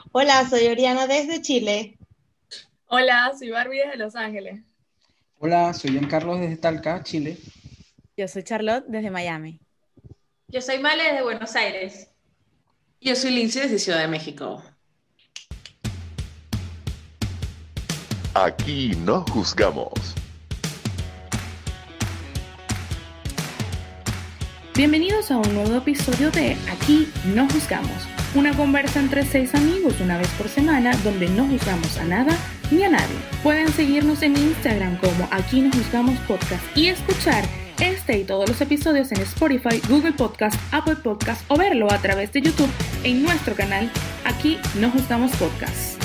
Hola, soy Oriana desde Chile. Hola, soy Barbie desde Los Ángeles. Hola, soy Giancarlos desde Talca, Chile. Yo soy Charlotte desde Miami. Yo soy Male desde Buenos Aires. Yo soy Lindsay desde Ciudad de México. Aquí no juzgamos. Bienvenidos a un nuevo episodio de Aquí no juzgamos, una conversa entre 6 amigos una vez por semana donde no juzgamos a nada ni a nadie. Pueden seguirnos en Instagram como Aquí no juzgamos podcast y escuchar este y todos los episodios en Spotify, Google Podcast, Apple Podcast o verlo a través de YouTube en nuestro canal Aquí no juzgamos podcast.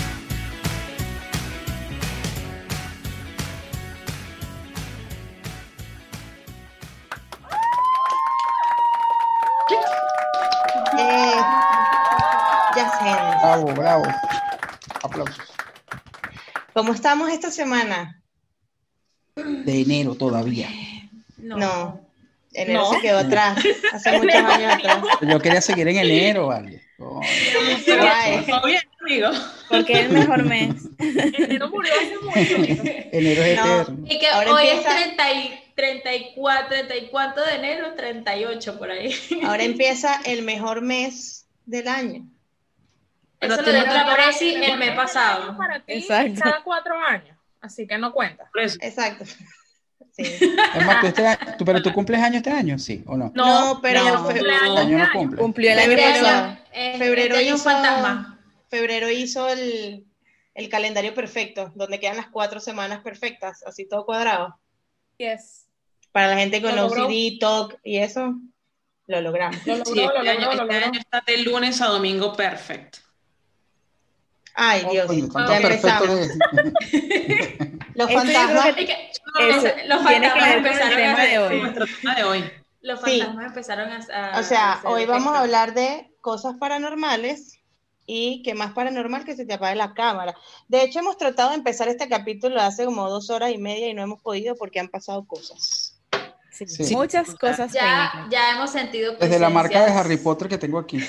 Ya sé. Bravo. Aplausos. ¿Cómo estamos esta semana? De enero todavía. No. Enero se quedó atrás. Hace muchos años atrás. Yo quería seguir en enero, vale. Todo bien, amigo. Porque es el mejor mes. Enero murió hace mucho. Enero es eterno. Y que Ahora hoy empieza- es 34, 30 y cuánto de enero, 38 por ahí. Ahora empieza el mejor mes del año. Eso Pero lo tú dijo no la te- Presi el mes pasado. Para ti, Exacto. cada 4 años. Así que no cuenta. Por eso. Exacto. Sí. Es más, pero tú cumples año este año, ¿sí o no? No, pero no, Este cumpleaños año no este cumple. Cumplió el año Febrero. pasado. Febrero este año un hizo- fantasma. Febrero hizo el calendario perfecto, donde quedan las 4 semanas perfectas, así todo cuadrado. Yes. Para la gente con Lo logró. OCD, TOC y eso, lo logramos. Lo logró, Sí, este año logró. está de lunes a domingo perfecto. Ay, Dios, Coño, ya cuánto perfecto empezamos. de... Los Eso yo creo fantasmas, Es que Eso los tiene que fantasmas ver con el empezaron tema a de hoy. Nuestro tema de hoy. Los Sí. fantasmas empezaron a o sea, hacer hoy vamos a efecto. hablar de cosas paranormales y qué más paranormal que se te apague la cámara. De hecho, hemos tratado de empezar este capítulo hace como 2 horas y media y no hemos podido porque han pasado cosas. Sí, Sí. muchas cosas Ya, técnicas. ya hemos sentido Desde la marca de presencias. Harry Potter que tengo aquí.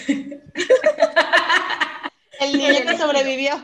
El niño que sobrevivió.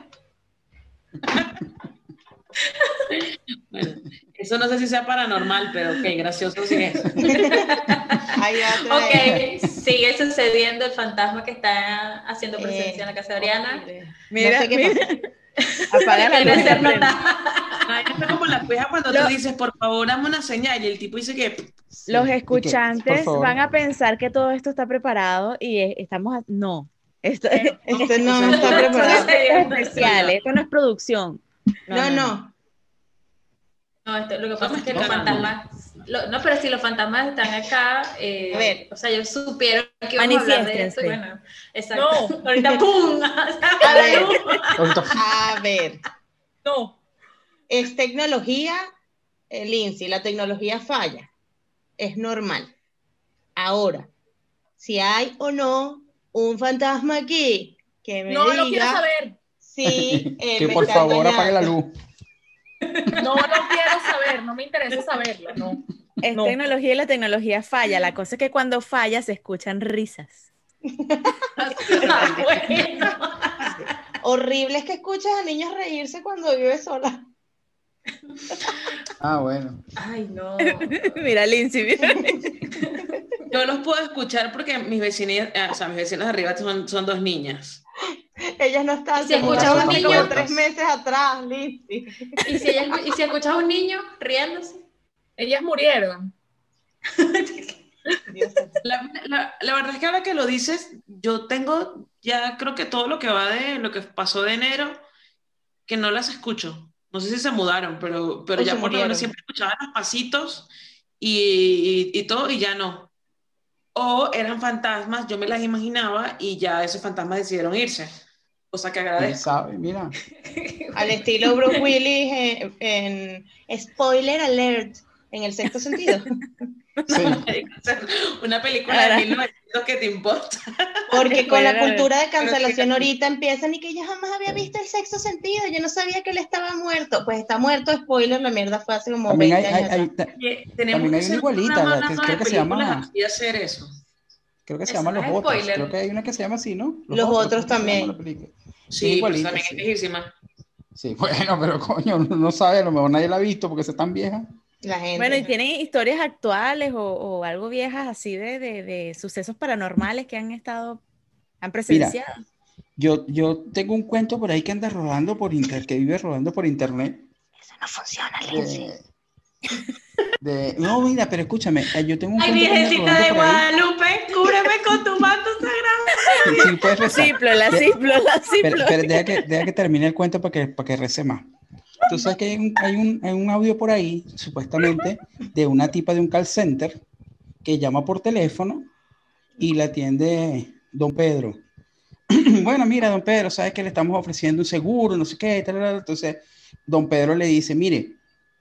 Bueno, eso no sé si sea paranormal, pero ok, gracioso sí es. Ahí va otra vez. Ok, sigue sucediendo el fantasma que está haciendo presencia en la casa de Oriana. Mira, No sé qué mira. Apaga la Quiere luz. ser notada. Ay, está como la cueja cuando tú dices, por favor, dame una señal, y el tipo dice que... Los Sí, escuchantes por favor. van a pensar que todo esto está preparado y estamos... No. Esto Este no está son preparado. efectos especiales. Esto no es producción. No. No, lo que pasa es que los No, fantasmas. No, pero si los fantasmas están acá, A ver. o sea, ellos supieron que íbamos a hablar de esto. y Manifiéstense. Bueno, exacto. No. Ahorita, ¡pum! A ver, Ahorita- a ver. No. Es tecnología, Lindsay, la tecnología falla. Es normal. Ahora, si hay o no un fantasma aquí, que me No lo quiero diga saber. si que me por está favor engañando. apague la luz. No lo quiero saber. No me interesa saberlo. No. Es No. tecnología y la tecnología falla. La cosa es que cuando falla se escuchan risas. Ah, bueno. Horrible es que escuchas a niños reírse cuando vives sola. Ah, bueno. Ay, no. Mira, Lindsay, mira. Yo los puedo escuchar porque mis vecinas, o sea, mis vecinos de arriba son 2 niñas. Ellas no están, ¿Y si se escuchas escuchaban un hace niño? como 3 meses atrás, Lindsay. ¿Y si escuchas a un niño riéndose? Ellas murieron. Dios mío. La verdad es que ahora que lo dices, yo tengo ya creo que todo lo que va de lo que pasó de enero, que no las escucho. No sé si se mudaron, pero O ya se por lo murieron. menos siempre escuchaba los pasitos y todo, y ya no. O eran fantasmas, yo me las imaginaba y ya esos fantasmas decidieron irse. Cosa que ¿Quién agradezco. sabe? Mira. Al estilo Bruce Willis en Spoiler Alert, en El Sexto Sentido. Sí. Una película de 1900 que te importa. Porque con la Spoiler alert. cultura de cancelación ahorita empiezan y que yo jamás había visto El Sexto Sentido, yo no sabía que él estaba muerto. Pues está muerto, spoiler, la mierda fue hace como También 20 años atrás. Tenemos También que hay hacer una igualita, programa la que nada más creo de que se llama- películas y hacer eso. Creo que se Eso llama no Los es Otros. spoiler. Creo que hay una que se llama así, ¿no? Los Otros ¿cómo se llama también. la película? Sí, pero igualita, también sí. es viejísima. Sí, bueno, pero coño, uno no sabe, a lo mejor nadie la ha visto porque es tan vieja. La gente. Bueno, ¿y tienen historias actuales o algo viejas así de sucesos paranormales que han presenciado? Yo tengo un cuento por ahí que anda rodando por internet, que vive rodando por internet. Eso no funciona, Lindsay. No, mira, pero escúchame, yo tengo un Ay, cuento que anda Virgencita rodando de por ahí. Guadalupe, cúbreme con tu manto sagrado. Sí, puedes rezar. La ciplo. Pero deja que termine el cuento para que rece más. Tú sabes que hay un audio por ahí, supuestamente, de una tipa de un call center que llama por teléfono y la atiende don Pedro. Bueno, mira, don Pedro, sabes que le estamos ofreciendo un seguro, no sé qué, tal. Entonces, don Pedro le dice, mire,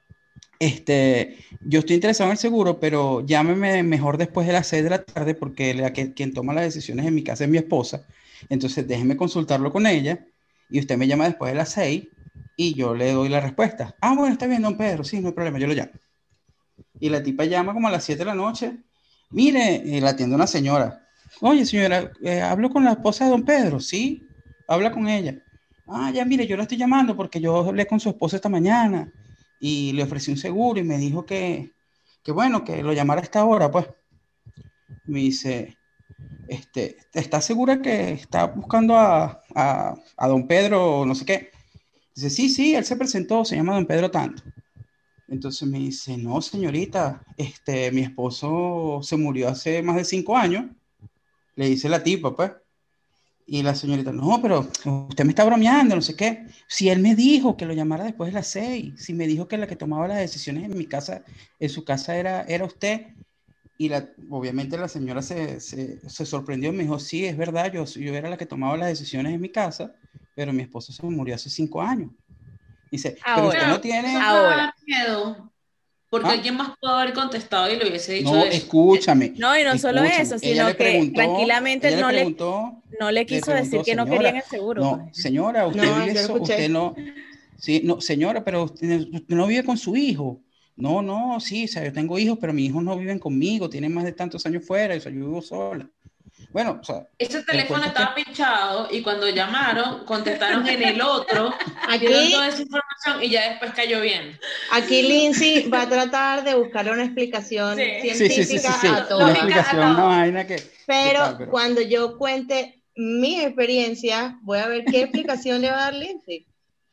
yo estoy interesado en el seguro, pero llámeme mejor después de las 6 de la tarde porque quien toma las decisiones en mi casa es mi esposa. Entonces, déjeme consultarlo con ella y usted me llama después de las 6 y yo le doy la respuesta. Ah, bueno, está bien, don Pedro, sí, no hay problema, yo lo llamo. Y la tipa llama como a las 7 de la noche. Mire, la atiende una señora. Oye, señora, ¿hablo con la esposa de don Pedro? Sí, habla con ella. Ah, ya, mire, yo la estoy llamando porque yo hablé con su esposa esta mañana y le ofrecí un seguro y me dijo que bueno, que lo llamara a esta hora, pues. Me dice, ¿está segura que está buscando a don Pedro o no sé qué? Dice, sí, él se presentó, se llama don Pedro tanto. Entonces me dice, no, señorita, mi esposo se murió hace más de 5 años. Le dice la tipa, pues. Y la señorita, no, pero usted me está bromeando, no sé qué. Si él me dijo que lo llamara después de las 6, si me dijo que la que tomaba las decisiones en mi casa, en su casa era usted. Y obviamente la señora se sorprendió, me dijo, sí, es verdad, yo era la que tomaba las decisiones en mi casa, pero mi esposo se murió hace 5 años. Dice, pero usted no tiene... Eso Ahora. da miedo. Porque ¿Ah? alguien más pudo haber contestado y le hubiese dicho No, eso. escúchame. No, y no solo eso, Ella sino le que preguntó, tranquilamente ella le no preguntó, le quiso le decir preguntó, que no señora, querían el seguro. No, pues. señora, usted No, vive yo lo escuché. usted no, sí, no, señora, pero usted no vive con su hijo. No, sí, o sea, yo tengo hijos, pero mis hijos no viven conmigo, tienen más de tantos años fuera, o sea, yo vivo sola. Bueno, o sea, Ese teléfono cuento es estaba pinchado y cuando llamaron, contestaron en el otro, dieron Aquí, toda esa información y ya después cayó bien. aquí Lindsay va a tratar de buscar una explicación Sí. científica sí, a una todas. explicación, una vaina que Pero tal, cuando yo cuente mi experiencia, voy a ver qué explicación le va a dar Lindsay.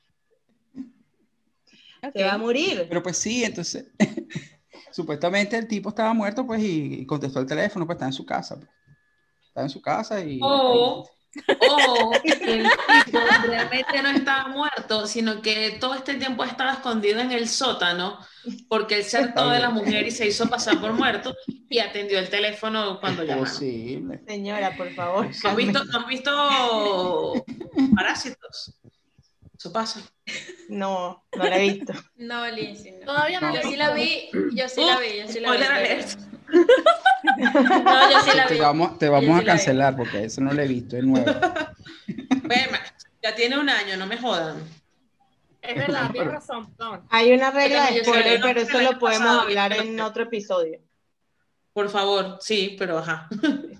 Ok. Se va a morir. pero pues sí, entonces, supuestamente el tipo estaba muerto, pues, y contestó el teléfono, pues, está en su casa, pues. Está en su casa y... O que el tipo realmente no estaba muerto, sino que todo este tiempo estaba escondido en el sótano porque él se hartó de la mujer y se hizo pasar por muerto y atendió el teléfono cuando es llamaron. posible. Señora, por favor. ¿No has visto Parásitos? Eso pasa. No la he visto. No, Lindsay, no. Todavía no. Yo sí la vi, yo sí la vi. Spoiler alert. No, yo sí la vi. Te Yo vamos sí a la vi. cancelar porque eso no lo he visto, es nuevo. Bueno, ya tiene 1 año, no me jodan. Es verdad, tienes razón. No. Hay una regla de Yo sé, spoiler, no, pero el eso año lo podemos pasado, hablar pero- en otro episodio. Por favor, sí, pero ajá.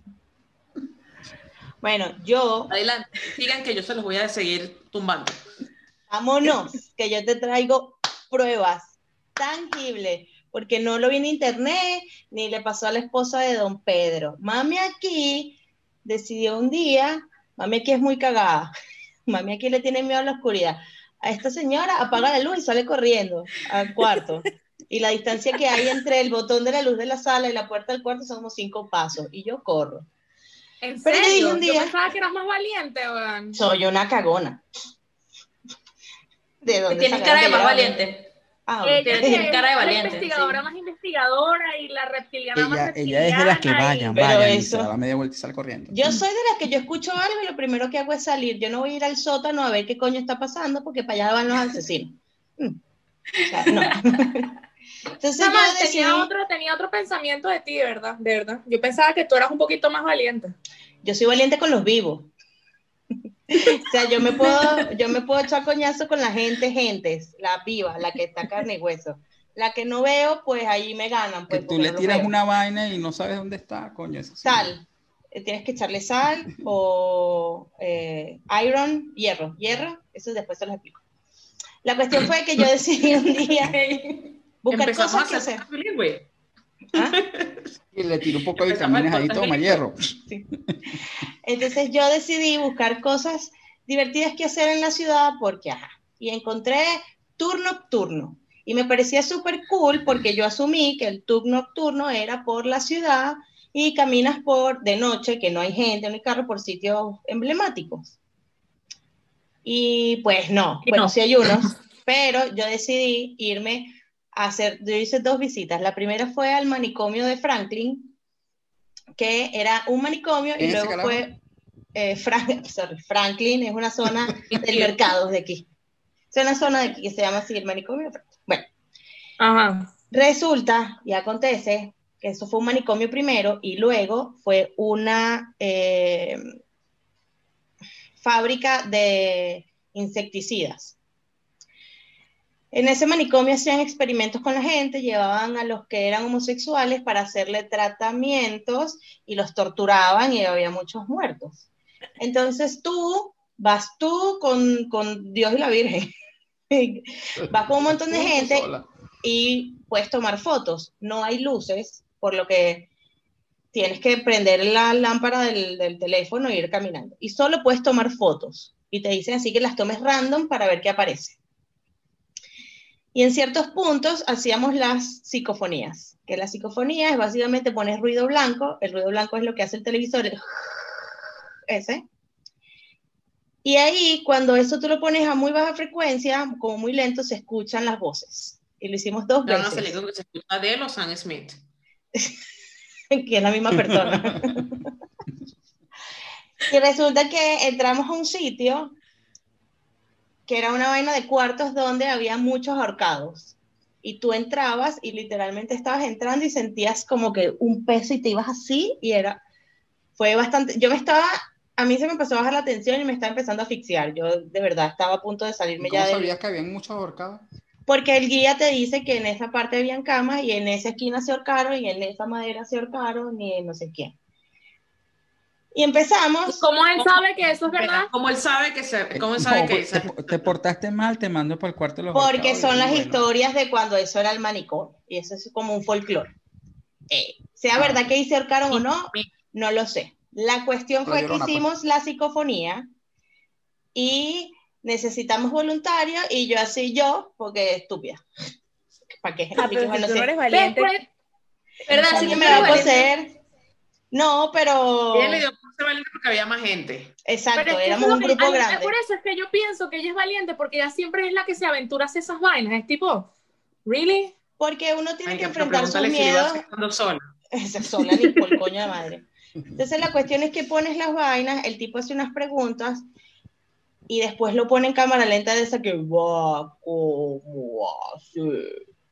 Bueno, yo, Adelante, digan que yo se los voy a seguir tumbando. vámonos, que yo te traigo pruebas tangibles, porque no lo vi en internet, ni le pasó a la esposa de don Pedro. Mami aquí decidió un día, mami aquí es muy cagada, mami aquí le tiene miedo a la oscuridad. A esta señora apaga la luz y sale corriendo al cuarto. Y la distancia que hay entre el botón de la luz de la sala y la puerta del cuarto son como 5 pasos. Y yo corro. ¿En Pero yo serio? dije un Yo día- pensaba que eras más valiente, weón. Soy una cagona. ¿De dónde Tienes sacaron cara de que más yo era valiente. Ah, Ella ok. Tienes cara de la valiente, investigadora sí. más investigadora y la reptiliana más Ella es de las que reptiliana Pero vayan, y eso- se da la media vuelta y sale corriendo. Yo soy de las que yo escucho algo y lo primero que hago es salir. Yo no voy a ir al sótano a ver qué coño está pasando porque para allá van los asesinos. O sea, no. Entonces No, man, yo decidí, tenía otro pensamiento de ti, de verdad, de verdad. Yo pensaba que tú eras un poquito más valiente. yo soy valiente con los vivos. O sea, yo me puedo echar coñazo con la gentes, la viva, la que está carne y hueso. La que no veo, pues ahí me ganan. Que Pues, tú porque le no los tiras veo. una vaina y no sabes dónde está, coño. Eso sí. Tal. tienes que echarle sal o hierro, eso después se los explico. La cuestión fue que yo decidí un día buscar cosas que hacer. ¿Ah? Y le tiro un poco de vitaminas ahí, toma hierro. Sí. Entonces yo decidí buscar cosas divertidas que hacer en la ciudad porque, y encontré tour nocturno. Y me parecía súper cool porque yo asumí que el tour nocturno era por la ciudad y caminas de noche, que no hay gente, no hay carro, por sitios emblemáticos. Y pues no, bueno, sí hay unos, pero yo decidí irme yo hice 2 visitas. La primera fue al manicomio de Franklin, que era un manicomio, y luego fue Franklin, es una zona del mercado de aquí. Es una zona de aquí que se llama así, el manicomio de Franklin. Bueno, resulta y acontece que eso fue un manicomio primero y luego fue una fábrica de insecticidas. En ese manicomio hacían experimentos con la gente, llevaban a los que eran homosexuales para hacerle tratamientos y los torturaban y había muchos muertos. Entonces vas con Dios y la Virgen, vas con un montón de gente y puedes tomar fotos. No hay luces, por lo que tienes que prender la lámpara del teléfono e ir caminando. Y solo puedes tomar fotos. Y te dicen así que las tomes random para ver qué aparece. Y en ciertos puntos hacíamos las psicofonías, que la psicofonía es básicamente poner ruido blanco, el ruido blanco es lo que hace el televisor, ese. Y ahí, cuando eso tú lo pones a muy baja frecuencia, como muy lento, se escuchan las voces. Y lo hicimos 2 veces. No, se le dijo que se escucha Adele o Sam Smith. Que es la misma persona. Y resulta que entramos a un sitio que era una vaina de cuartos donde había muchos ahorcados. Y tú entrabas y literalmente estabas entrando y sentías como que un peso y te ibas así y fue bastante, a mí se me empezó a bajar la tensión y me estaba empezando a asfixiar. Yo de verdad estaba a punto de salirme ya de... ¿Cómo sabías que habían muchos ahorcados? Porque el guía te dice que en esa parte habían camas y en esa esquina se ahorcaron y en esa madera se ahorcaron y no sé quién. Y empezamos. ¿Cómo él sabe que eso es verdad? ¿Cómo él sabe que te portaste mal, te mando para el cuarto de los porque son las historias de cuando eso era el manicomio. Y eso es como un folclore. Sea verdad que ahí se ahorcaron o no, no lo sé. La cuestión fue que hicimos la psicofonía y necesitamos voluntarios y yo, porque estúpida. ¿Para qué? Pero si tú no eres valiente. ¿Verdad? Sí que me va a poseer. No, pero... Ella le dio por ser valiente porque había más gente. Exacto, pero éramos un grupo grande. Por eso es que yo pienso que ella es valiente, porque ella siempre es la que se aventura a hacer esas vainas. Es tipo, ¿really? Porque uno tiene que enfrentar sus miedos. Sola. Sola ni por coño de madre. Entonces la cuestión es que pones las vainas, el tipo hace unas preguntas y después lo pone en cámara lenta de esa que va como así.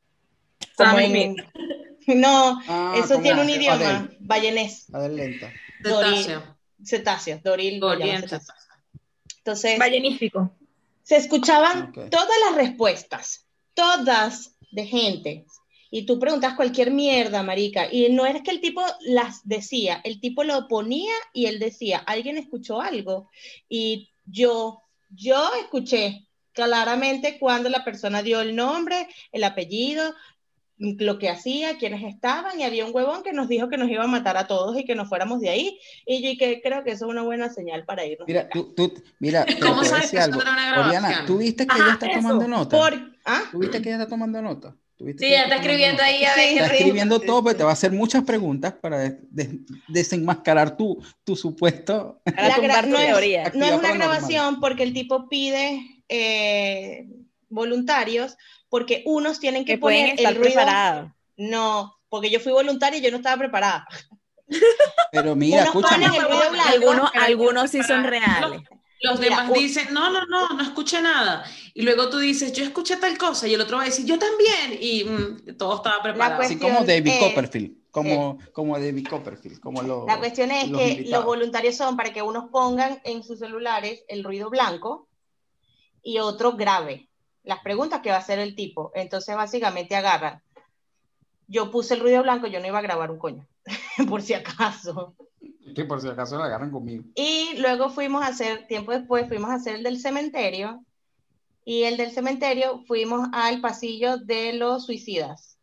No, eso tiene un idioma, vallenés. Adelenta. Cetáceo, Doril. Entonces, vallenífico. Se escuchaban todas las respuestas, todas de gente. Y tú preguntas cualquier mierda, marica. Y no es que el tipo las decía, el tipo lo ponía y él decía, ¿alguien escuchó algo? Y yo escuché claramente cuando la persona dio el nombre, el apellido, lo que hacía, quiénes estaban, y había un huevón que nos dijo que nos iba a matar a todos y que nos fuéramos de ahí, y yo creo que eso es una buena señal para irnos. Mira, ¿cómo sabes que eso era una grabación? Oriana, ¿tú viste que ella está tomando nota? ¿Tú viste que ella está tomando nota? Sí, ella está escribiendo ahí a ver. Está escribiendo todo, pero te va a hacer muchas preguntas para desenmascarar tu supuesto. No es una grabación porque el tipo pide voluntarios, porque unos tienen que poner el ruido. Preparado. No, porque yo fui voluntaria y yo no estaba preparada. Pero mira, escúchame. Algunos sí son reales. Los demás dicen, no escuché nada. Y luego tú dices, yo escuché tal cosa, y el otro va a decir, yo también. Y todo estaba preparado. Así como David Copperfield. Como David Copperfield. La cuestión es que invitados. Los voluntarios son para que unos pongan en sus celulares el ruido blanco y otro grabe las preguntas que va a hacer el tipo. Entonces básicamente agarran. Yo puse el ruido blanco, yo no iba a grabar un coño, por si acaso. Que por si acaso la agarran conmigo. Y luego tiempo después, fuimos a hacer el del cementerio. Y el del cementerio fuimos al pasillo de los suicidas.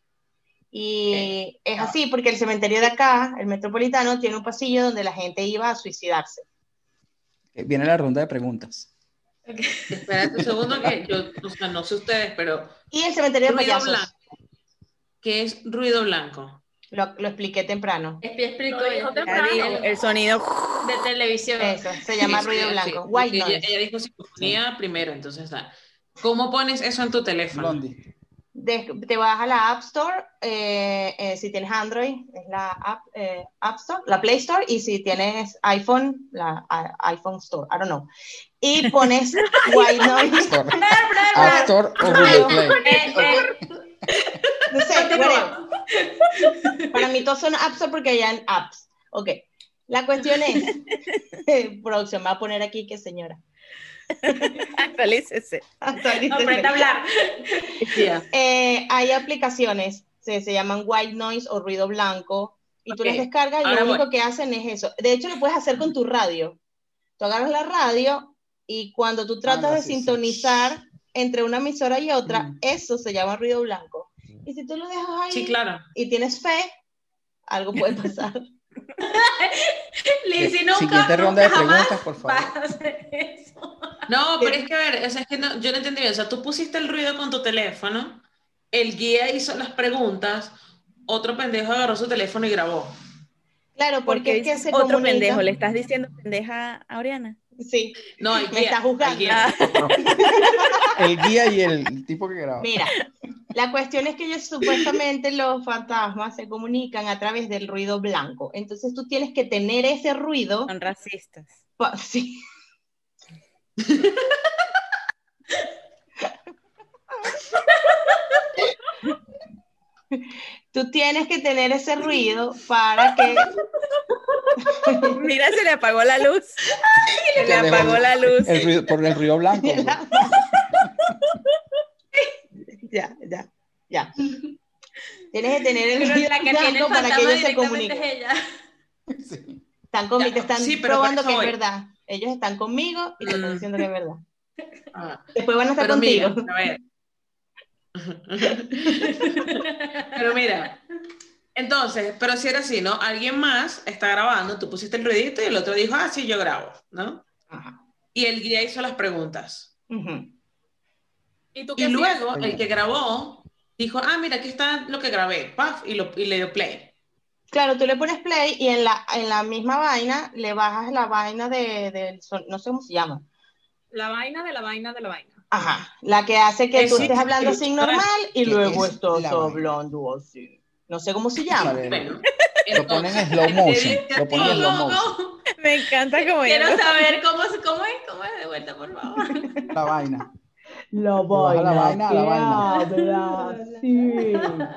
Y es así, porque el cementerio de acá, el Metropolitano, tiene un pasillo donde la gente iba a suicidarse. Viene la ronda de preguntas. Espérate un segundo que yo, o sea, no sé ustedes, pero... Y el cementerio de ruido payasos. blanco. ¿Qué es ruido blanco? Lo expliqué temprano. Explico Lo dijo temprano. El sonido. de televisión. Eso, se llama Sí, ruido sí, blanco. sí, White porque noise. ella dijo psicofonía primero, entonces está. ¿Cómo pones eso en tu teléfono? Blondie. Te vas a la App Store, si tienes Android, es la App Store, la Play Store, y si tienes iPhone, la iPhone Store, I don't know. Y pones White Noise. App Store o Google Play. No sé, whatever. Para mí todos son App Store porque hay apps. Ok. La cuestión es, producción, me va a poner aquí que señora. Actualícese. Aprende a hablar. Hay aplicaciones, se llaman White Noise o ruido blanco, y tú las descargas y Ahora lo único voy. que hacen es eso. De hecho, lo puedes hacer con tu radio. Tú agarras la radio y cuando tú tratas de sí, sí. sintonizar entre una emisora y otra, eso se llama ruido blanco. Y si tú lo dejas ahí Sí, claro. y tienes fe, algo puede pasar. Lizzy nunca, Siguiente ronda de nunca jamás preguntas, por favor. vas a hacer eso. No, pero es que a ver, o sea, es que yo no entendí bien. O sea, tú pusiste el ruido con tu teléfono, el guía hizo las preguntas, otro pendejo agarró su teléfono y grabó. Claro, porque es que se otro comunica. pendejo. ¿Le estás diciendo pendeja a Oriana? Sí, No, el me guía. está juzgando. El guía. El guía y el tipo que graba. Mira, la cuestión es que ellos supuestamente los fantasmas se comunican a través del ruido blanco. Entonces tú tienes que tener ese ruido. Son racistas. Sí. Tú tienes que tener ese ruido para que... Mira, se le apagó la luz. Se le apagó la luz. El ruido, por el ruido blanco. Ya. Tienes que tener el Pero ruido la que tiene el blanco para que fantasma ellos se directamente comuniquen. es ella. Sí. Te están Sí, pero probando por que eso es voy. verdad. Ellos están conmigo y te están diciendo que es verdad. Ah, Después van a estar pero contigo. mira, a ver. Pero mira, entonces, pero si era así, ¿no? Alguien más está grabando, tú pusiste el ruidito y el otro dijo, ah, sí, yo grabo, ¿no? Ajá. Y el guía hizo las preguntas. Ujú. ¿Y tú qué Y hacías? luego el que grabó dijo, ah, mira, aquí está lo que grabé, paf, y le dio play. Claro, tú le pones play y en la misma vaina le bajas la vaina no sé cómo se llama. La vaina de la vaina de la vaina. Ajá, la que hace que tú Sí, estés hablando sí, así sí. normal y ¿Qué luego es estás la vaina? hablando así. No sé cómo se llama. Vale. Bueno, Lo ponen en entonces, slow motion. te Lo ponen en slow ¿Cómo, motion. cómo? Me encanta como Quiero ella. saber cómo es de vuelta, por favor. La vaina. La baja la vaina a la vaina. habla así.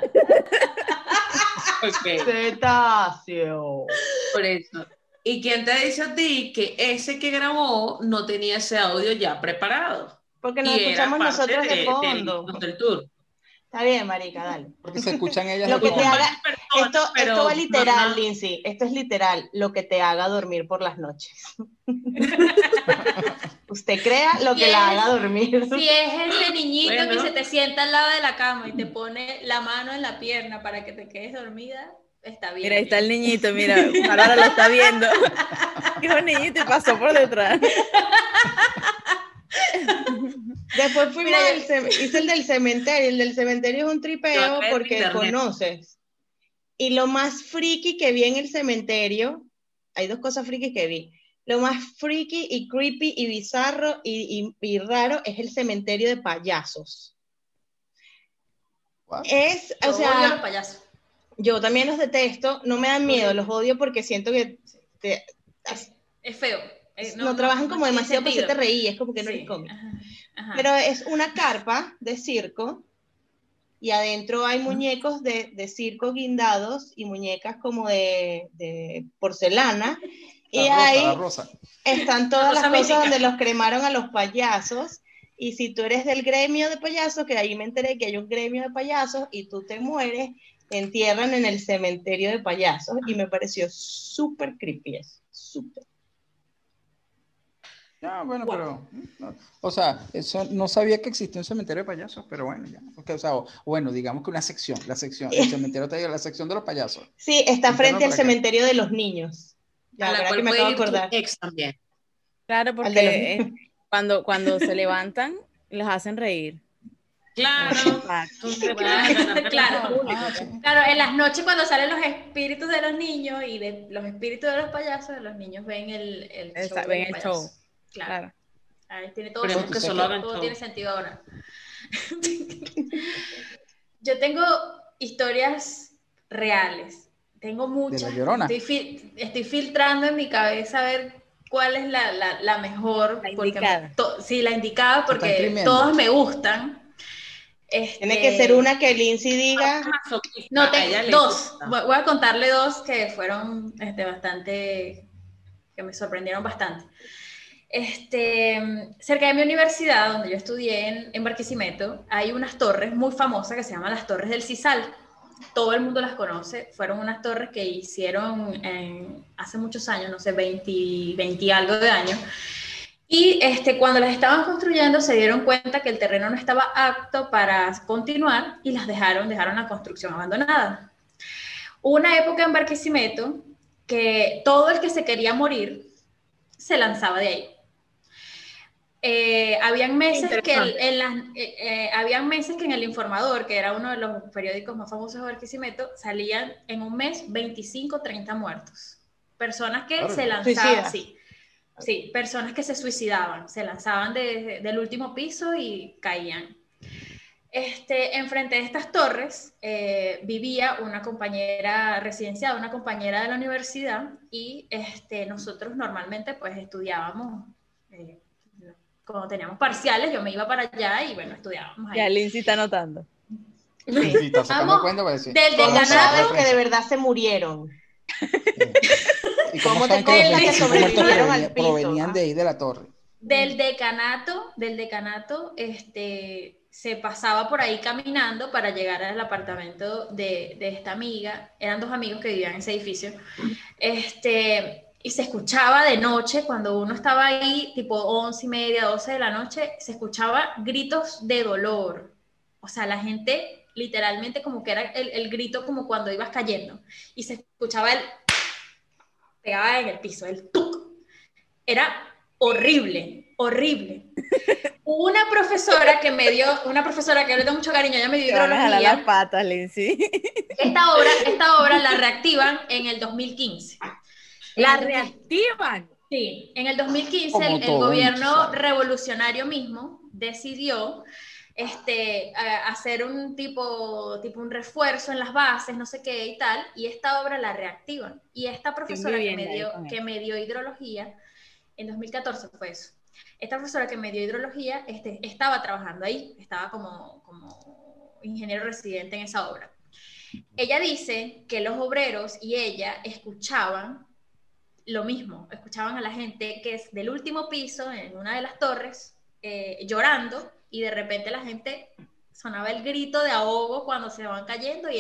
ok, Cetáceo. por eso. ¿Y quién te dice a ti que ese que grabó no tenía ese audio ya preparado? Porque nos Y era escuchamos parte nosotros de fondo. del tour. Está bien, marica, dale. Porque se escuchan ellas. Lo de que te fondo. haga, Personas, pero esto va literal, no. Lindsay. Esto es literal, lo que te haga dormir por las noches. Usted crea lo que la haga dormir. Si es ese niñito Bueno. que se te sienta al lado de la cama y te pone la mano en la pierna para que te quedes dormida, está bien. Mira, ahí está el niñito, mira, Bárbara lo está viendo. Dijo niñito y pasó por detrás. Después fuimos Mira, hice el del cementerio. El del cementerio es un tripeo Yo acá en porque internet. conoces. Y lo más friki que vi en el cementerio, hay dos cosas friki que vi. Lo más friki y creepy y bizarro y raro es el cementerio de payasos. What? Es, Yo o odio a los sea, payasos. yo también los detesto, no me dan miedo, los odio porque siento que Es feo. no trabajan como tiene demasiado para sentido. hacerte reír, es como que no Sí, eres cómico. ajá. Pero es una carpa de circo y adentro hay muñecos de circo guindados y muñecas como de porcelana. Y ahí La rosa. están todas La las rosa cosas mítica. donde los cremaron a los payasos. Y si tú eres del gremio de payasos, que ahí me enteré que hay un gremio de payasos y tú te mueres, entierran en el cementerio de payasos y me pareció súper creepy eso, súper. No, bueno, pero, no, o sea, eso no sabía que existía un cementerio de payasos, pero bueno, ya. Okay, o sea, bueno, digamos que una sección, el cementerio te digo, la sección de los payasos. Sí, está frente al por acá. cementerio de los niños. A La la verdad cual que me puede acabo de ir tu acordar. ex también. Claro, Al de porque cuando se levantan, los hacen reír. Claro. Claro. Sí. Claro, en las noches cuando salen los espíritus de los niños y de los espíritus de los payasos, los niños ven el show. Ven de el los show. payasos. Claro. Claro. Ahí tiene todo, Esperemos que solo hagan todo show. tiene sentido ahora. Yo tengo historias reales. Tengo muchas. ¿De La Llorona? Estoy filtrando en mi cabeza a ver cuál es la mejor. La porque indicada. sí, la indicada Se están porque imprimiendo. todos me gustan. Tiene que ser una que Lindsay diga. No, A ella le dos. gusta. Voy a contarle dos que fueron bastante, que me sorprendieron bastante. Cerca de mi universidad, donde yo estudié en Barquisimeto, hay unas torres muy famosas que se llaman las Torres del Cisal. Todo el mundo las conoce. Fueron unas torres que hicieron hace muchos años, no sé, 20 y algo de años. Y cuando las estaban construyendo se dieron cuenta que el terreno no estaba apto para continuar y las dejaron la construcción abandonada. Hubo una época en Barquisimeto que todo el que se quería morir se lanzaba de ahí. Habían meses que habían meses que en El Informador, que era uno de los periódicos más famosos de Barquisimeto, salían en un mes 25, 30 muertos. Personas que Claro. se lanzaban, Suicidas. sí, personas que se suicidaban, se lanzaban del último piso y caían. Enfrente de estas torres vivía una compañera residenciada, una compañera de la universidad, y nosotros normalmente pues estudiábamos, cuando teníamos parciales, yo me iba para allá y bueno, estudiábamos ahí. Ya Lindsay está anotando. Sí, está sacando Vamos, cuenta para decir. del ¿Cómo decanato, sabes que de verdad se murieron? ¿Y ¿Cómo cómo te saben que los consta que 25 muertos sobrevivieron al piso? provenían de ahí de la torre? del decanato, se pasaba por ahí caminando para llegar al apartamento de esta amiga. Eran dos amigos que vivían en ese edificio. Y se escuchaba de noche, cuando uno estaba ahí, tipo 11:30, 12 de la noche, se escuchaba gritos de dolor. O sea, la gente literalmente como que era el grito como cuando ibas cayendo. Y se escuchaba pegaba en el piso, el tuc. Era horrible, horrible. Una profesora que le tengo mucho cariño, ella me dio Te van a jalar las hidrología. patas, Lindsay. Esta obra la reactivan en el 2015. La reactivan. Sí, en el 2015 Como el todo, gobierno ¿sabes? revolucionario mismo decidió hacer un un refuerzo en las bases, no sé qué y tal, y esta obra la reactivan. Y esta profesora muy bien ahí con que me dio hidrología, en 2014 fue eso. Esta profesora que me dio hidrología estaba trabajando ahí, estaba como ingeniero residente en esa obra. Ella dice que los obreros y ella escuchaban lo mismo, escuchaban a la gente que es del último piso, en una de las torres, llorando, y de repente la gente sonaba el grito de ahogo cuando se van cayendo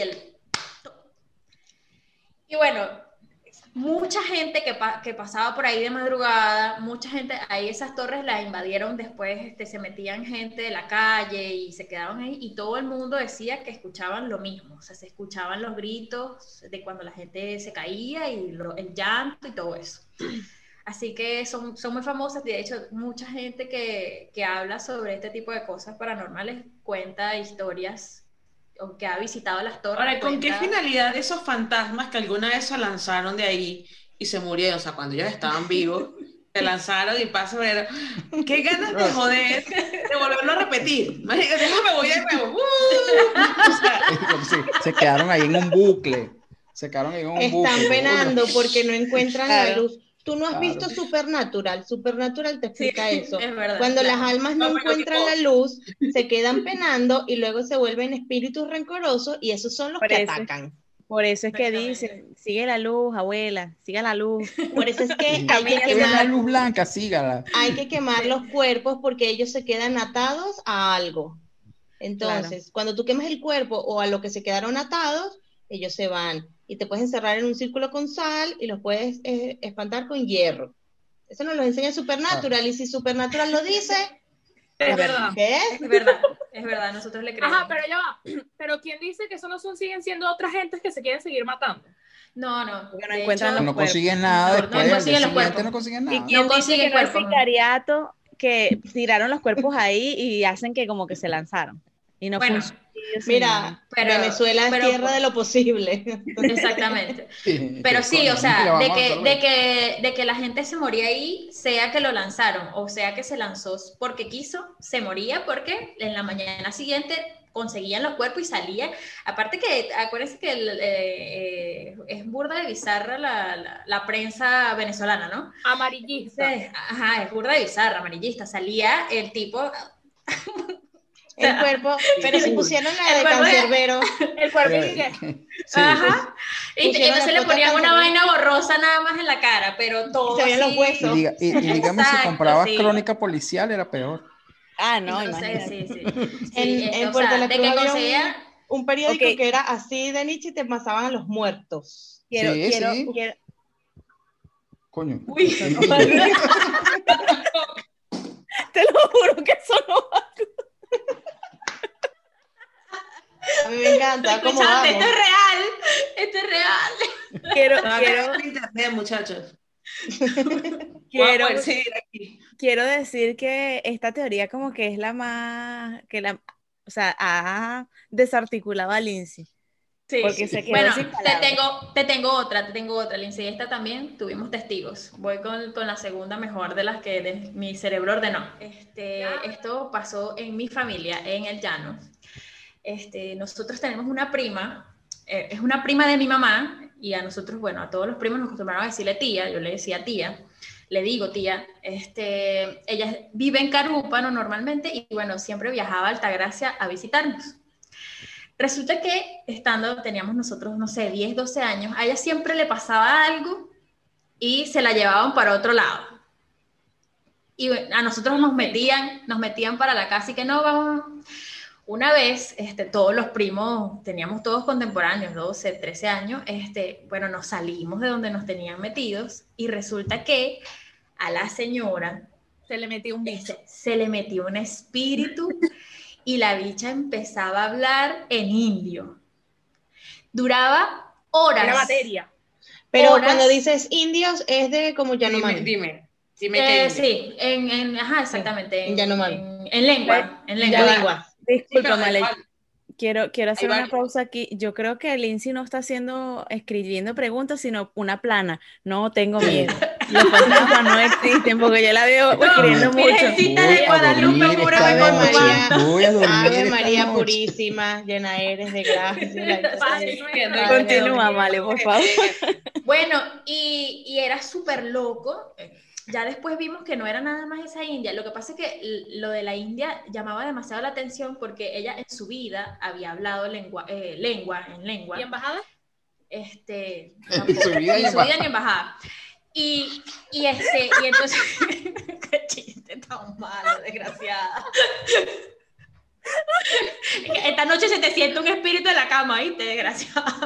y bueno, mucha gente que pasaba por ahí de madrugada, mucha gente, ahí esas torres las invadieron después, se metían gente de la calle y se quedaban ahí, y todo el mundo decía que escuchaban lo mismo, o sea, se escuchaban los gritos de cuando la gente se caía y el llanto y todo eso. Así que son muy famosas, y de hecho mucha gente que habla sobre este tipo de cosas paranormales cuenta historias, o que ha visitado las torres. Ahora, ¿con qué cuenta- finalidad esos fantasmas que alguna vez se lanzaron de ahí y se murieron? O sea, cuando ellos estaban vivos, se lanzaron y paso era, qué ganas de joder, de volverlo a repetir. Marica, déjame voy de nuevo. O sea, Sí, se quedaron ahí en un bucle. Se quedaron ahí en un bucle. Están penando porque no encuentran la Claro. luz. Tú no has Claro. visto Supernatural. Supernatural te explica eso. es verdad, Cuando claro. las almas no No, pero encuentran tipo- la luz, se quedan penando y luego se vuelven espíritus rencorosos, y esos son los Por que eso. atacan. Por eso es que Exactamente. dicen, sigue la luz, abuela, siga la luz. Por eso es que hay que Camina Es la quemar, luz blanca, sígala. hay que quemar los cuerpos porque ellos se quedan atados a algo. Entonces, cuando tú quemas el cuerpo o a lo que se quedaron atados, ellos se van. Y te puedes encerrar en un círculo con sal y los puedes espantar con hierro. Eso nos lo enseña Supernatural, y si Supernatural lo dice, Es verdad. ¿qué es? Es verdad, nosotros le creemos. Ajá, pero ya va. Pero ¿quién dice que eso no siguen siendo otras gentes que se quieren seguir matando? No, Porque no de encuentran hecho, No cuerpos. consiguen nada No, no después, al consiguen día los cuerpos. siguiente no consiguen nada. No ¿Quién dice consiguen que no es cuerpos. sicariato que tiraron los cuerpos ahí y hacen que como que se lanzaron? Y no Bueno, funcionó. Mira, Pero- Venezuela es pero- tierra de lo posible. Exactamente. Sí, Pero qué sí, coño, o sea, nunca de vamos a resolver. que la gente se moría ahí, sea que lo lanzaron o sea que se lanzó porque quiso, se moría porque en la mañana siguiente conseguían los cuerpos y salían. Aparte que, acuérdense que es burda de bizarra la prensa venezolana, ¿no? Amarillista. Ajá, es burda de bizarra, amarillista. Salía el tipo... El cuerpo, pero si pusieron la de el cuerpo de- Cancerbero, El cuerpo Pero- que Sí, Ajá. Y Pusieron entonces la le foto ponían de una Cancerbero. vaina borrosa nada más en la cara, pero todo se veían los así. huesos. y dígame si Exacto, comprabas sí. crónica policial, era peor. Ah, no, Entonces, imagínate. sí. En O Puerto sea, La de Cruz que había conseguía... un periódico Ok. que era así de nicho y te pasaban a los muertos. Quiero, Sí, quiero, sí. quiero. Coño. Uy, Te lo juro que eso no va. A mí me encanta cómo escuchaste, vamos. esto es real. Quiero, No, quiero, en internet, muchachos. quiero, Vamos a seguir aquí. quiero decir que esta teoría como que es la más, o sea, ha desarticulado a Lindsay. Sí. Porque se quedó Bueno, sin palabras. te tengo otra, Lindsay. Esta también tuvimos testigos. Voy con la segunda mejor de las que mi cerebro ordenó. Esto pasó en mi familia, en el llano. Nosotros tenemos una prima, es una prima de mi mamá, y a nosotros, bueno, a todos los primos nos acostumbraron a decirle tía, yo le decía tía, le digo tía, ella vive en Carúpano normalmente, y bueno, siempre viajaba a Altagracia a visitarnos. Resulta que teníamos nosotros, no sé, 10, 12 años, a ella siempre le pasaba algo y se la llevaban para otro lado. Y a nosotros nos metían para la casa y que no, vamos. Una vez, todos los primos, teníamos todos contemporáneos, 12, 13 años, bueno, nos salimos de donde nos tenían metidos y resulta que a la señora se le metió un bicho. se le metió un espíritu y la bicha empezaba a hablar en indio. Duraba horas. Era materia. Pero horas. cuando dices indios es de como Yanomami. Dime qué Sí, ajá, exactamente. En Yanomami. En lengua. En Ya lengua. lengua. Disculpa, Sí, Male, igual. quiero hacer Ahí va. una pausa aquí. Yo creo que Lindsay no está escribiendo preguntas, sino una plana. No tengo miedo. Los fantasmas no existen porque yo la veo escribiendo mucho. Virgencita de Guadalupe, cúbrame con tu mano. Voy a dormir Ave esta María noche. Purísima, llena eres de gracia. Padre nuestro. Continúa, Male, por favor. Bueno, y era súper loco. Ya después vimos que no era nada más esa india. Lo que pasa es que lo de la india llamaba demasiado la atención porque ella en su vida había hablado lengua. ¿Y embajada? Tampoco, En su vida ni y en su vida ni embajada. Y entonces, qué chiste tan malo, desgraciada. Esta noche se te siente un espíritu en la cama, ¿viste? Desgraciada.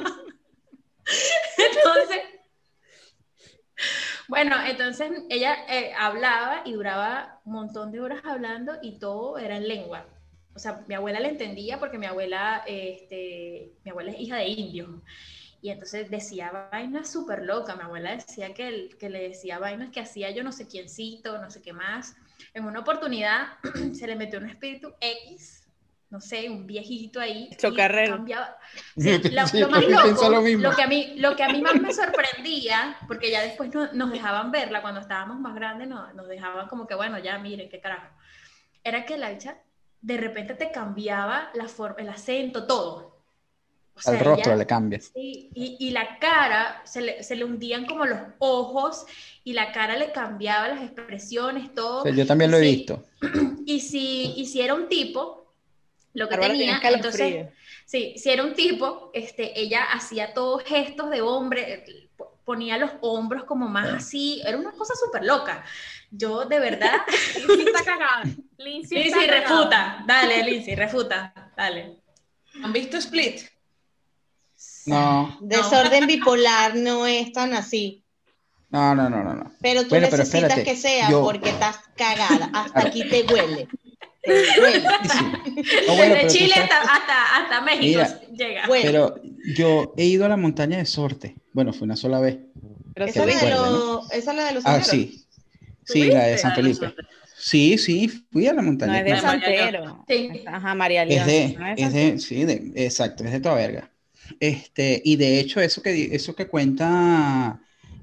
Entonces ella hablaba y duraba un montón de horas hablando y todo era en lengua. O sea, mi abuela le entendía porque mi abuela es hija de indios. Y entonces decía vainas súper locas. Mi abuela decía que le decía vainas que hacía yo no sé quiéncito, no sé qué más. En una oportunidad se le metió un espíritu X, no sé, un viejito ahí. Chocarrero. Y cambiaba. Sí, Sí, lo más yo pienso loco, lo mismo. lo que a mí más me sorprendía, porque ya después nos dejaban verla, cuando estábamos más grandes nos dejaban como que, bueno, ya miren, qué carajo. Era que la bicha de repente te cambiaba la forma, el acento, todo. O sea, Al rostro ella- le cambias. Sí, y la cara, se le hundían como los ojos y la cara le cambiaba las expresiones, todo. O sea, yo también lo he Sí. visto. Y si era un tipo, lo que Bárbara tenía, tiene entonces, escalofrío. sí, si era un tipo, ella hacía todos gestos de hombre, ponía los hombros como más así, era una cosa súper loca. Yo, de verdad, Lindsay está cagada. Lindsay está Lindsay, cagada. refuta, dale, Lindsay, refuta, dale. ¿Han visto Split? No, Desorden bipolar no es tan así. no. Pero tú Bueno, pero necesitas espérate, que sea yo- porque estás cagada. Hasta aquí te huele. Te huele. Sí. No, bueno, Desde pero tú Chile sabes- hasta México Mira, llega. Huele. pero yo he ido a la montaña de Sorte. Bueno, fue una sola vez. Pero Esa es la de recuerde, los, esa es la de los Ah, senderos. sí. Sí, la de ¿Tuviste? San Felipe. Sí, fui a la montaña. no es de María Santero. Sí. Ajá, María Es León. de, No es es Santero. de, sí, exacto, es de toda verga. Y de hecho, eso que cuenta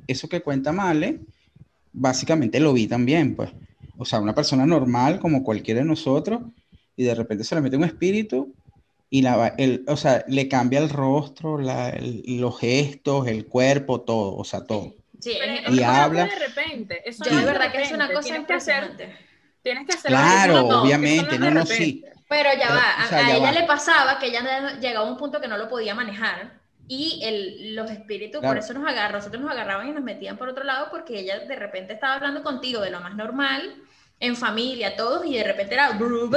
Male, básicamente lo vi también, pues. O sea, una persona normal como cualquiera de nosotros, y de repente se le mete un espíritu y o sea, le cambia el rostro, los gestos, el cuerpo, todo, o sea, todo. Sí, Pero es- eso Y no habla. fue de repente. Eso yo no de es de verdad que es una repente. cosa impresionante. Tienes que hacer Claro, algo. Eso obviamente, es no, de no, repente. sí. Pero ya Pero, va, o sea, a ya ella va. le pasaba que ella llegaba a un punto que no lo podía manejar y los espíritus, por Claro. eso nosotros nos agarraban y nos metían por otro lado porque ella de repente estaba hablando contigo de lo más normal, en familia, todos, y de repente era...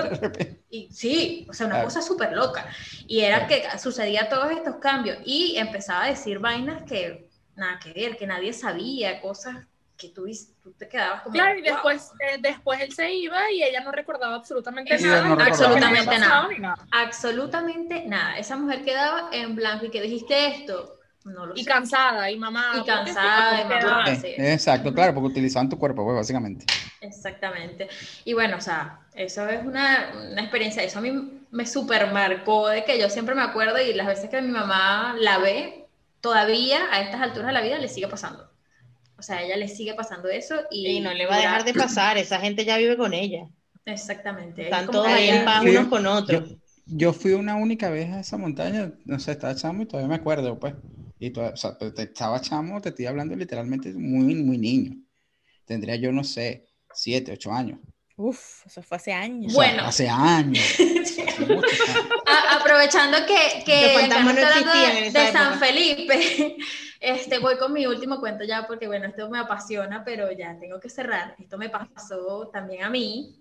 Y sí, o sea, una Claro. cosa súper loca. Y era Claro. que sucedía todos estos cambios y empezaba a decir vainas que nada que ver, que nadie sabía, cosas que tú te quedabas como... Claro, y "Wow". después él se iba y ella no recordaba absolutamente Sí, nada. no recordaba Absolutamente No había nada. pasado ni nada. Absolutamente nada. Esa mujer quedaba en blanco y que dijiste esto, no lo Y sé. cansada, y mamá. Y cansada, y mamá. quedaba. sí. Exacto, claro, porque utilizaban tu cuerpo, pues, básicamente. Exactamente. Y bueno, o sea, eso es una experiencia, eso a mí me super marcó de que yo siempre me acuerdo y las veces que mi mamá la ve, todavía a estas alturas de la vida le sigue pasando. O sea, a ella le sigue pasando eso Y no le va a dejar de pasar. Esa gente ya vive con ella. Exactamente. Están Es como todos que ahí ella- en paz Yo- unos con otros. Yo fui una única vez a esa montaña, no sé, estaba chamo y todavía me acuerdo, pues. O sea, estaba chamo, te estoy hablando literalmente muy, muy niño. Tendría yo, no sé, 7, 8 años. Uf, eso fue hace años. O sea, Bueno. hace años. Hace muchos años. Aprovechando Los que fantasmas no estamos hablando existían en esa de San época. Felipe, voy con mi último cuento ya porque bueno, esto me apasiona, pero ya tengo que cerrar. Esto me pasó también a mí.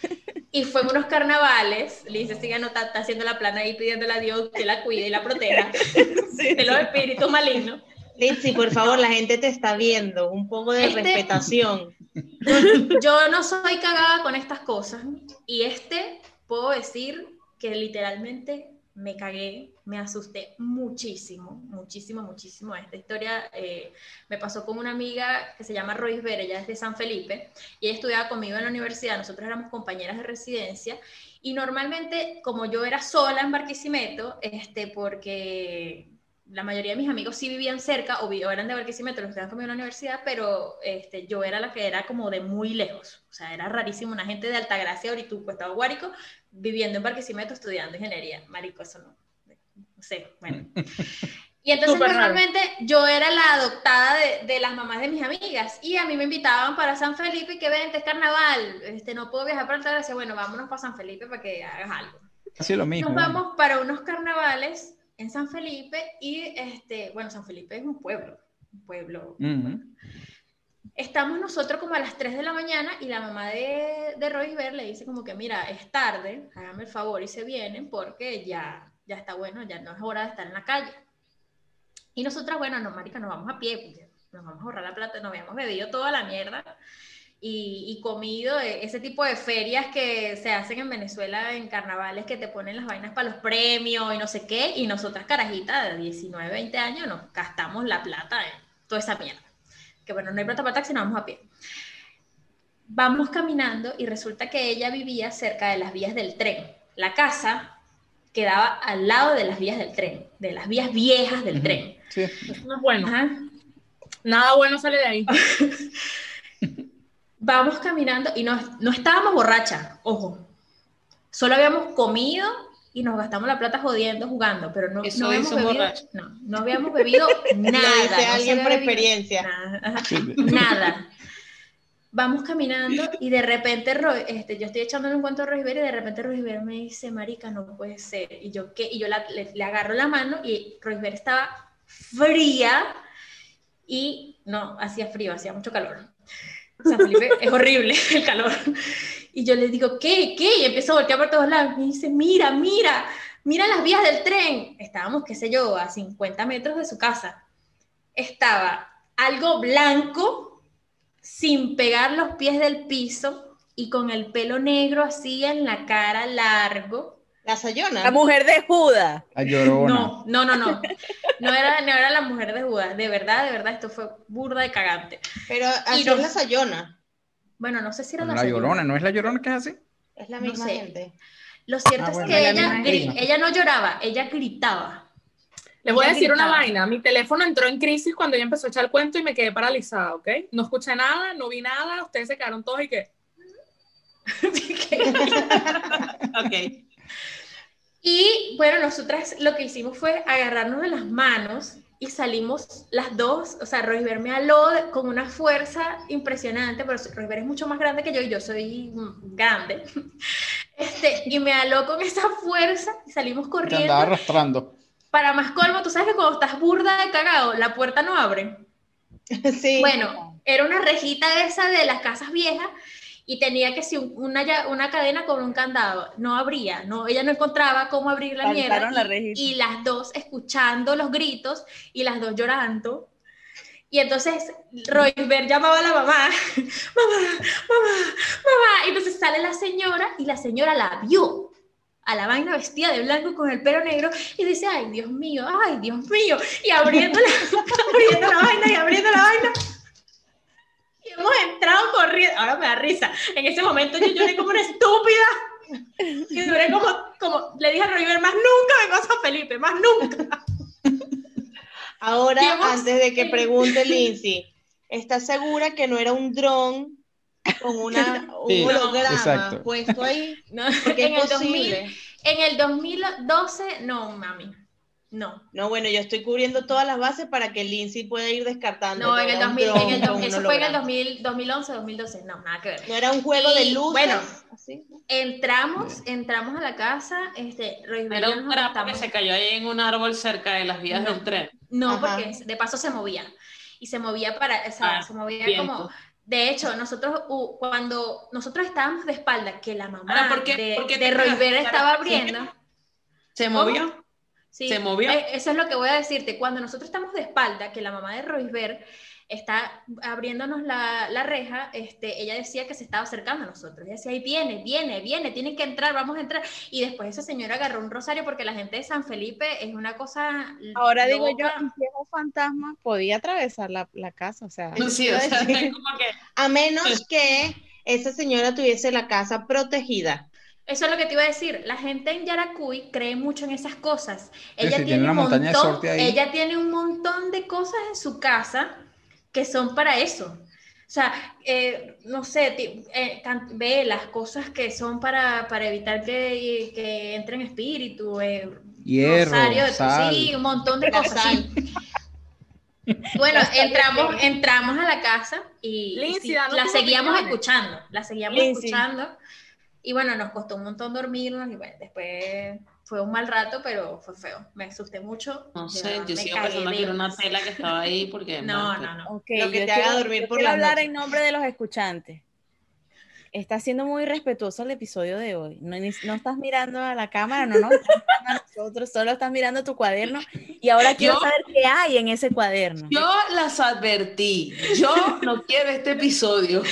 Y fue en unos carnavales. Liz sigue está haciendo la plana ahí pidiéndole a Dios que la cuide y la proteja de los espíritus malignos. Lindsay, por favor, la gente te está viendo. Un poco de respetación. Yo no soy cagada con estas cosas y puedo decir que literalmente me cagué, me asusté muchísimo. Esta historia me pasó con una amiga que se llama Royce Vera, ella es de San Felipe y ella estudiaba conmigo en la universidad, nosotros éramos compañeras de residencia y normalmente como yo era sola en Barquisimeto, porque la mayoría de mis amigos sí vivían cerca o eran de Barquisimeto, los que estaban conmigo en la universidad, pero yo era la que era como de muy lejos. O sea, era rarísimo una gente de Altagracia, Orituco, Estado Guárico, viviendo en Barquisimeto estudiando ingeniería. Marico, eso no sé, bueno. Y entonces Súper raro. normalmente yo era la adoptada de las mamás de mis amigas y a mí me invitaban para San Felipe, que vente, es carnaval, no puedo viajar para Altagracia, bueno, vámonos para San Felipe para que hagas algo. Así lo mismo. Nos vamos para unos carnavales en San Felipe y, San Felipe es un pueblo. Ujú. Estamos nosotros como a las 3 de la mañana y la mamá de Royce Ver le dice como que, mira, es tarde, hágame el favor y se vienen porque ya está bueno, ya no es hora de estar en la calle. Y nosotras, bueno, no, marica, nos vamos a pie, pues, nos vamos a ahorrar la plata, nos habíamos bebido toda la mierda y comido ese tipo de ferias que se hacen en Venezuela en carnavales que te ponen las vainas para los premios y no sé qué, y nosotras carajitas de 19, 20 años nos gastamos la plata en toda esa mierda. Que bueno, no hay plata para taxi, nos vamos a pie. Vamos caminando y resulta que ella vivía cerca de las vías del tren. La casa quedaba al lado de las vías del tren, de las vías viejas del tren. Sí. Eso no es bueno. Ajá. Nada bueno sale de ahí. Vamos caminando y no estábamos borrachas, ojo. Solo habíamos comido y nos gastamos la plata jodiendo, jugando, pero no Eso habíamos hizo bebido, borracho. no habíamos bebido nada. Lo dice no alguien se por había bebido experiencia. Nada, ajá, Sí. nada. Vamos caminando y de repente yo estoy echándole un cuento a Royce Vera y de repente Royce Vera me dice, marica, no puede ser. Y yo, ¿qué? Y yo le agarro la mano y Royce Vera estaba fría y no, hacía frío, hacía mucho calor. San Felipe es horrible el calor. Y yo le digo, ¿qué? Y empiezo a voltear por todos lados. Me dice, mira, mira las vías del tren. Estábamos, qué sé yo, a 50 metros de su casa. Estaba algo blanco, sin pegar los pies del piso y con el pelo negro así en la cara, largo. La Sayona. La mujer de Judas. La Llorona. No. No era la mujer de Judas. De verdad, esto fue burda de cagante. Pero así no- es la Sayona. Bueno, no sé si era La la Sayona. Llorona, ¿no es la Llorona que es así? Es la No misma sé. gente. Lo cierto bueno, es que es la misma ella no lloraba, ella gritaba. Les voy a Ella decir una gritaba. vaina. Mi teléfono entró en crisis cuando ella empezó a echar el cuento y me quedé paralizada, ¿ok? No escuché nada, no vi nada, ustedes se quedaron todos y que... Ok. Y bueno, nosotras lo que hicimos fue agarrarnos de las manos y salimos las dos, o sea, Roisber me aló con una fuerza impresionante, pero Roisber es mucho más grande que yo y yo soy grande. Y me aló con esa fuerza y salimos Te corriendo. andaba arrastrando. Para más colmo, tú sabes que cuando estás burda de cagado, la puerta no abre. Sí. Bueno, era una rejita esa de las casas viejas y tenía que ser una cadena con un candado. No abría, ella no encontraba cómo abrir la mierda. Saltaron la rejita. Y las dos escuchando los gritos y las dos llorando. Y entonces Roisber llamaba a la mamá, mamá. Y entonces sale la señora y la señora la vio a la vaina vestida de blanco con el pelo negro y dice, ay, Dios mío, y abriendo la vaina. Y hemos entrado corriendo, ahora me da risa, en ese momento yo lloré como una estúpida y duré como le dije a Roisber, más nunca vengo a San Felipe, más nunca. Ahora, Llevamos- antes de que pregunte Lindsay, ¿estás segura que no era un dron con un Sí, holograma exacto. puesto ahí? No, Porque en es el 2000, posible. en el 2012, no, mami, no. No, bueno, yo estoy cubriendo todas las bases para que Lindsay pueda ir descartando. No, que en el era un 2000, dron con un eso fue en el holograma. 2011, 2012, no, nada que ver. No era un juego de Y, luces. bueno, así, ¿no? Entramos a la casa, Roisber y Era yo un nos trapo que acostamos. se cayó ahí en un árbol cerca de las vías No. del tren. No, Ajá. porque de paso se movía. Y se movía se movía viento. como... De hecho, nosotros, cuando nosotros estábamos de espalda, que la mamá Ahora, ¿por qué de te Roisber quedaste? estaba abriendo... ¿Se ¿Cómo? movió? Sí, ¿Se movió? Eso es lo que voy a decirte. Cuando nosotros estamos de espalda, que la mamá de Roisber está abriéndonos la reja, ella decía que se estaba acercando a nosotros. Ella decía, ahí viene, tienen que entrar, vamos a entrar. Y después esa señora agarró un rosario porque la gente de San Felipe es una cosa Ahora digo yo, loca. un viejo fantasma podía atravesar la casa, o sea. Sí, o sea, decir. es como que... A menos que esa señora tuviese la casa protegida. Eso es lo que te iba a decir. La gente en Yaracuy cree mucho en esas cosas. Sí, sí, tiene una montaña de sorte ahí. Ella tiene un montón de cosas en su casa que son para eso. O sea, no sé, ve las cosas que son para evitar que entren espíritu, Hierro, rosario, sal. sí, un montón de La cosas. sal. Sí. Bueno, entramos a la casa y Lindsay, danos la tus seguíamos opiniones. escuchando. Y bueno, nos costó un montón dormirnos y bueno, después fue un mal rato, pero fue feo. Me asusté mucho. No de sé, verdad, yo me sigo cagué pensando de que era una risa. tela que estaba ahí porque... No. Ok, Lo que yo te haga quiero- dormir yo por quiero las hablar noches. en nombre de los escuchantes. Está siendo muy irrespetuoso el episodio de hoy. No estás mirando a la cámara, no nos estás mirando a nosotros, solo estás mirando tu cuaderno. Y ahora quiero Yo- saber qué hay en ese cuaderno. Yo las advertí. Yo no quiero este episodio.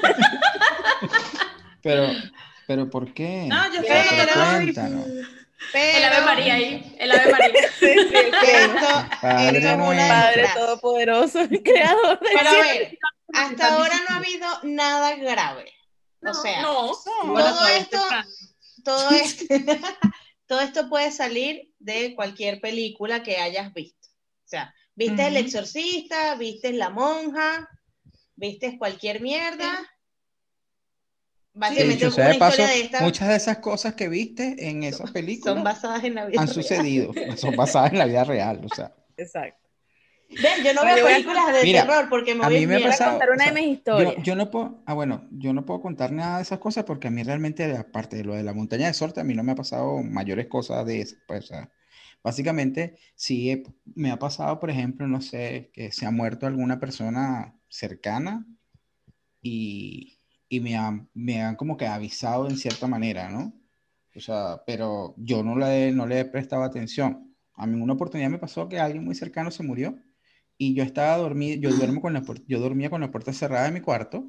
Pero ¿por qué? No, yo Pero- espero que todo- Cuéntanos. El Ave Pero María ahí, el Ave María. Padre esto es nuestro. una Padre desgracia. Todopoderoso, creador de Pero a ver, hasta ahora no ha habido nada grave. O sea, No, Bueno, todo este esto, plan. todo esto, todo esto puede salir de cualquier película que hayas visto. O sea, viste El Exorcista, viste La Monja, viste cualquier mierda. Básicamente Dicho sea una de paso, historia de estas muchas de esas cosas que viste en esas son películas basadas en la vida han real. sucedido, son basadas en la vida real, o sea. Exacto. Ven, yo no Oye, veo voy a películas de Mira, terror porque me a voy mí me ha miedo. pasado, contar una o de sea, mis historias. yo no puedo, yo no puedo contar nada de esas cosas porque a mí realmente, aparte de lo de la montaña de sorte, a mí no me ha pasado mayores cosas de esas, pues, o sea, básicamente sí me ha pasado, por ejemplo, no sé, que se ha muerto alguna persona cercana y me han como que avisado en cierta manera, ¿no? O sea, pero yo no le prestaba atención. A mí una oportunidad me pasó que alguien muy cercano se murió y yo estaba dormido, yo dormía con la puerta cerrada de mi cuarto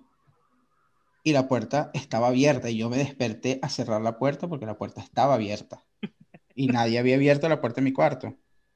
y la puerta estaba abierta y yo me desperté a cerrar la puerta porque la puerta estaba abierta y nadie había abierto la puerta de mi cuarto.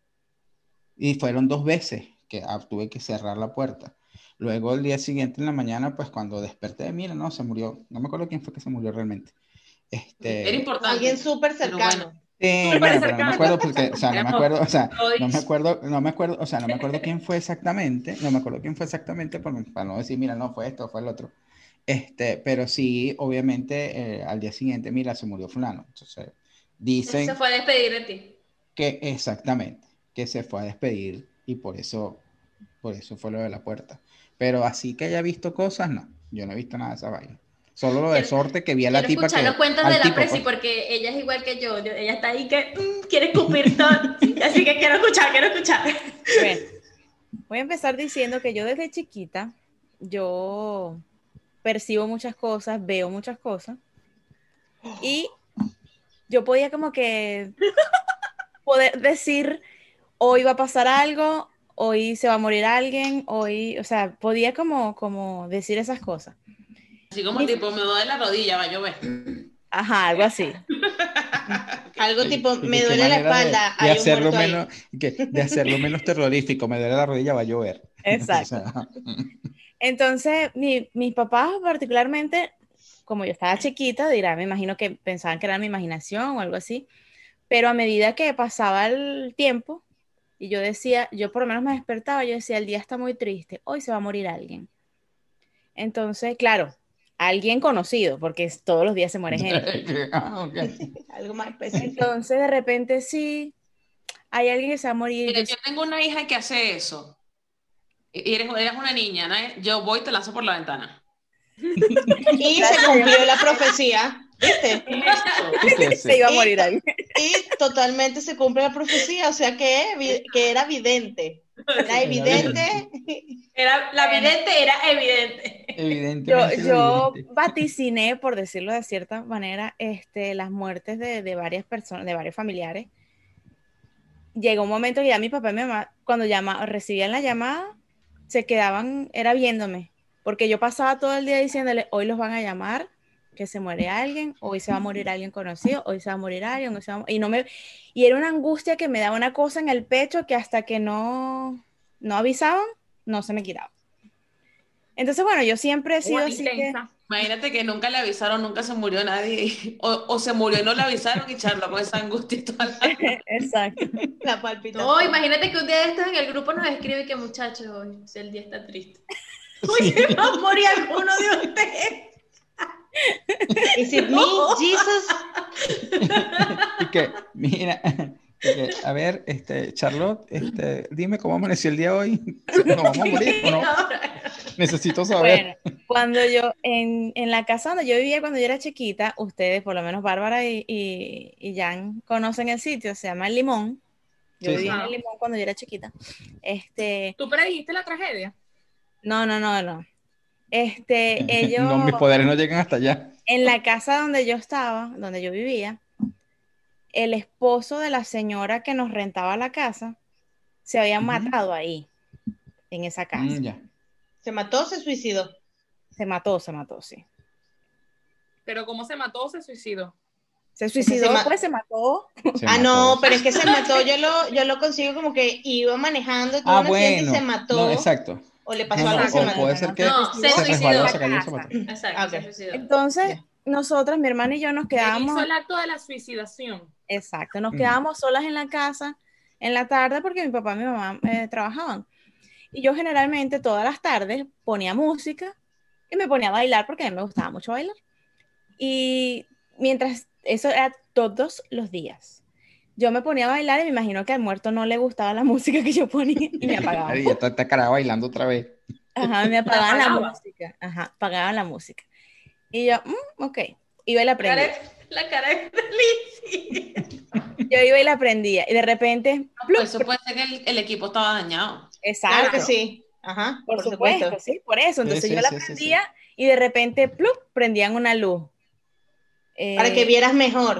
Y fueron 2 veces que tuve que cerrar la puerta. Luego el día siguiente en la mañana, pues cuando desperté, mira, no, se murió. No me acuerdo quién fue que se murió realmente. Era importante. Alguien súper pero cercano. bueno. Sí, Súper bueno, pero no me cercano. acuerdo porque, o sea, no me acuerdo, o sea, Lo no me hice. acuerdo, o sea, no me acuerdo quién fue exactamente, no me acuerdo quién fue exactamente para no decir, mira, no fue esto, fue el otro. Pero sí, obviamente, al día siguiente, mira, se murió fulano. Entonces, Él dicen se fue a despedir de ti. que exactamente, que se fue a despedir y por eso fue lo de la puerta. Pero así que haya visto cosas, no, yo no he visto nada de esa vaina. Solo lo de Quiero- sorte que vi a la Quiero tipa escuchar que, los cuentos al de la tipo, Presi pues. porque ella es igual que yo. Ella está ahí que quiere escupir todo. Así que quiero escuchar. Bueno, voy a empezar diciendo que yo desde chiquita, yo percibo muchas cosas, veo muchas cosas, y yo podía como que poder decir, hoy va a pasar algo, hoy se va a morir alguien, hoy, o sea, podía como decir esas cosas. Así como tipo, me duele la rodilla, va a llover. Ajá, algo así. Algo tipo, Y me qué duele la manera espalda, de hay un hacerlo muerto ahí. menos, de hacerlo menos terrorífico, me duele la rodilla, va a llover. Exacto. O sea, Entonces, mis papás particularmente, como yo estaba chiquita, dirá, me imagino que pensaban que era mi imaginación o algo así, pero a medida que pasaba el tiempo y yo decía, yo por lo menos me despertaba, yo decía, el día está muy triste, hoy se va a morir alguien. Entonces, claro, alguien conocido, porque todos los días se muere gente. ah, ok. Algo más específico. Entonces, de repente, sí, hay alguien que se va a morir. Mira, yo tengo una hija que hace eso. Y eres una niña, ¿no? Yo voy y te lanzo por la ventana. Y se cumplió la profecía, ¿viste? Sí, Se iba a morir alguien. Y totalmente se cumple la profecía, o sea que era vidente. Era evidente. La vidente era evidente. Evidentemente. Yo evidente. vaticiné, por decirlo de cierta manera, las muertes de varias personas, de varios familiares. Llegó un momento que ya mi papá y mi mamá, cuando recibían la llamada, se quedaban, era viéndome, porque yo pasaba todo el día diciéndole, hoy los van a llamar, que se muere alguien, hoy se va a morir alguien conocido, hoy se va a morir alguien, y era una angustia que me daba una cosa en el pecho que hasta que no avisaban, no se me quitaba. Entonces, bueno, yo siempre he sido así que... Imagínate que nunca le avisaron, nunca se murió nadie. O se murió y no le avisaron y charla con esa angustia y toda la... Exacto. La palpitación. No, imagínate que un día de estos en el grupo nos escribe que muchachos, hoy el día está triste. Hoy se va a morir alguno de ustedes. Is it me, Jesus? Y que, mira, a ver, Charlotte, dime cómo amaneció el día hoy. ¿Nos vamos a morir o no? Necesito saber. Bueno, cuando yo, en la casa donde yo vivía cuando yo era chiquita, ustedes, por lo menos Bárbara y Jan, conocen el sitio, se llama El Limón. Yo Sí, vivía sí. en El Limón cuando yo era chiquita. ¿Tú predijiste la tragedia? No. Ellos, No, mis poderes no llegan hasta allá. en la casa donde yo estaba, donde yo vivía, el esposo de la señora que nos rentaba la casa se había matado ahí, en esa casa. Ya. ¿Se mató o se suicidó? Se mató, sí. Pero ¿cómo se mató o se suicidó? Se suicidó, se mató. Se Ah, mató. no, pero es que se mató, yo lo consigo como que iba manejando, tuvo un accidente y se mató. No, exacto. O le pasó No, algo y se o mató. puede ser que No, se resbaló, suicidó. se cayó y se mató. Exacto, Ah, ok. se suicidó. Entonces, nosotras, mi hermana y yo nos Él quedábamos, hizo el acto de la suicidación. exacto, nos quedábamos solas en la casa en la tarde porque mi papá y mi mamá trabajaban. Y yo generalmente todas las tardes ponía música y me ponía a bailar porque a mí me gustaba mucho bailar. Y mientras, eso era todos los días. Yo me ponía a bailar y me imagino que al muerto no le gustaba la música que yo ponía y me apagaban. Ay, ya está cara bailando otra vez. Ajá, me apagaban la apagaba. música. Ajá, apagaban la música. Y yo, ok, iba y la prendía. La cara de Lizzy. Yo iba y la prendía. Y de repente, No, pues eso puede ser que el equipo estaba dañado. exacto. Claro que sí. Ajá, Por supuesto, sí, por eso. Entonces Sí, yo la sí, sí, prendía y de repente, ¡plup!, prendían una luz. Para que vieras mejor.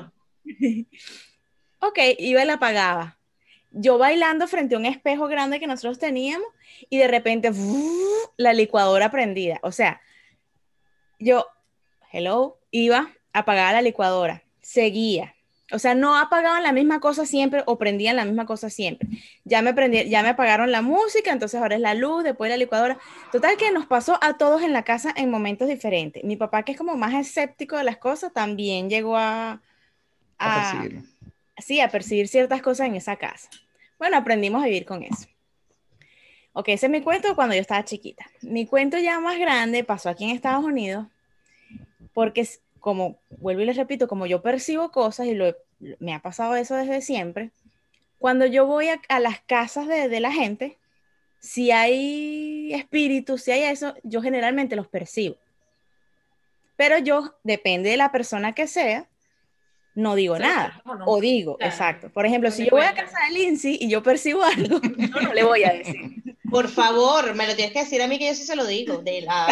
Ok, iba y la apagaba. Yo bailando frente a un espejo grande que nosotros teníamos y de repente la licuadora prendida. O sea, yo, hello, iba, apagaba la licuadora, seguía. O sea, no apagaban la misma cosa siempre o prendían la misma cosa siempre. Ya me apagaron la música, entonces ahora es la luz, después la licuadora. Total que nos pasó a todos en la casa en momentos diferentes. Mi papá, que es como más escéptico de las cosas, también llegó A perseguirlo. sí, a percibir ciertas cosas en esa casa. Bueno, aprendimos a vivir con eso. Ok, ese es mi cuento cuando yo estaba chiquita. Mi cuento ya más grande pasó aquí en Estados Unidos, porque como, vuelvo y les repito, como yo percibo cosas y me ha pasado eso desde siempre, cuando yo voy a las casas de la gente, si hay espíritus, si hay eso, yo generalmente los percibo. Pero yo, depende de la persona que sea, no digo nada. O digo, Claro. exacto. Por ejemplo, No si te yo voy a cuentas. casa de Lindsay y yo percibo algo, yo no le voy a decir. Por favor, me lo tienes que decir a mí que yo sí se lo digo. De la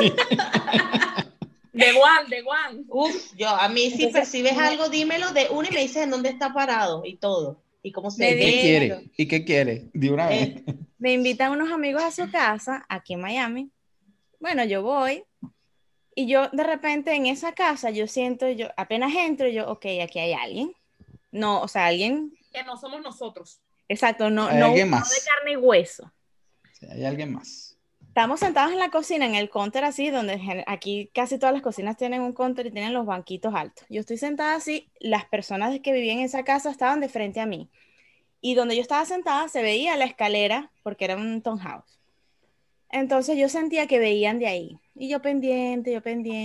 De Juan. Uf, a mí si Entonces, percibes algo, dímelo de uno y me dices en dónde está parado y todo. Y cómo se Me ¿Qué ve. quiere? ¿Y qué quiere? De una vez. me invitan unos amigos a su casa, aquí en Miami. Bueno, yo voy. Y yo de repente en esa casa, yo siento, yo apenas entro, yo, ok, aquí hay alguien. No, o sea, alguien, Que no somos nosotros. exacto, no, Hay no, alguien no más. de carne y hueso. Sí, hay alguien más. Estamos sentados en la cocina, en el counter así, donde aquí casi todas las cocinas tienen un counter y tienen los banquitos altos. Yo estoy sentada así, las personas que vivían en esa casa estaban de frente a mí. Y donde yo estaba sentada se veía la escalera, porque era un townhouse. Entonces yo sentía que veían de ahí. Y yo pendiente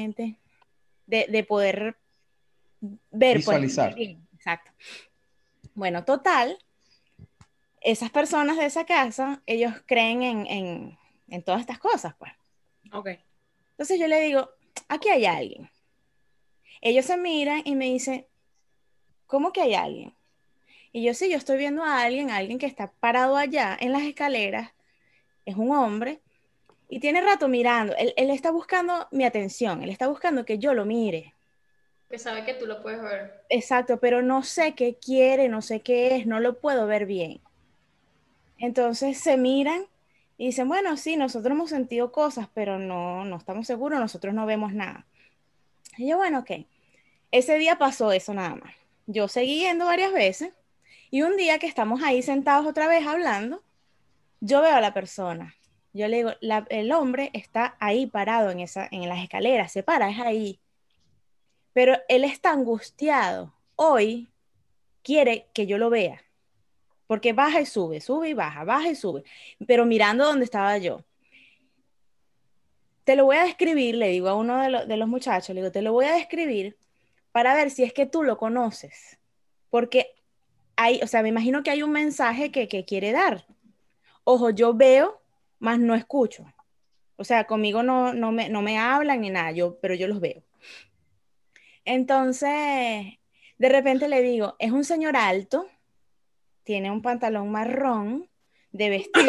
de poder ver. Visualizar. Pues, exacto. Bueno, total, esas personas de esa casa, ellos creen en todas estas cosas, pues. Ok. Entonces yo le digo, aquí hay alguien. Ellos se miran y me dicen, ¿cómo que hay alguien? Y yo sí, yo estoy viendo a alguien que está parado allá en las escaleras, es un hombre, y tiene rato mirando, él está buscando mi atención, él está buscando que yo lo mire. Que sabe que tú lo puedes ver. Exacto, pero no sé qué quiere, no sé qué es, no lo puedo ver bien. Entonces se miran y dicen, bueno, sí, nosotros hemos sentido cosas, pero no estamos seguros, nosotros no vemos nada. Y yo, bueno, ok. Ese día pasó eso nada más. Yo seguí yendo varias veces y un día que estamos ahí sentados otra vez hablando, yo veo a la persona. Yo le digo, el hombre está ahí parado en las escaleras, se para, es ahí. Pero él está angustiado. Hoy quiere que yo lo vea. Porque baja y sube, sube y baja y sube. Pero mirando donde estaba yo. Te lo voy a describir, le digo a uno de los muchachos, le digo, te lo voy a describir para ver si es que tú lo conoces. Porque hay, o sea, me imagino que hay un mensaje que quiere dar. Ojo, yo veo, mas no escucho. O sea, conmigo no me hablan ni nada, pero yo los veo. Entonces, de repente le digo, es un señor alto, tiene un pantalón marrón de vestir.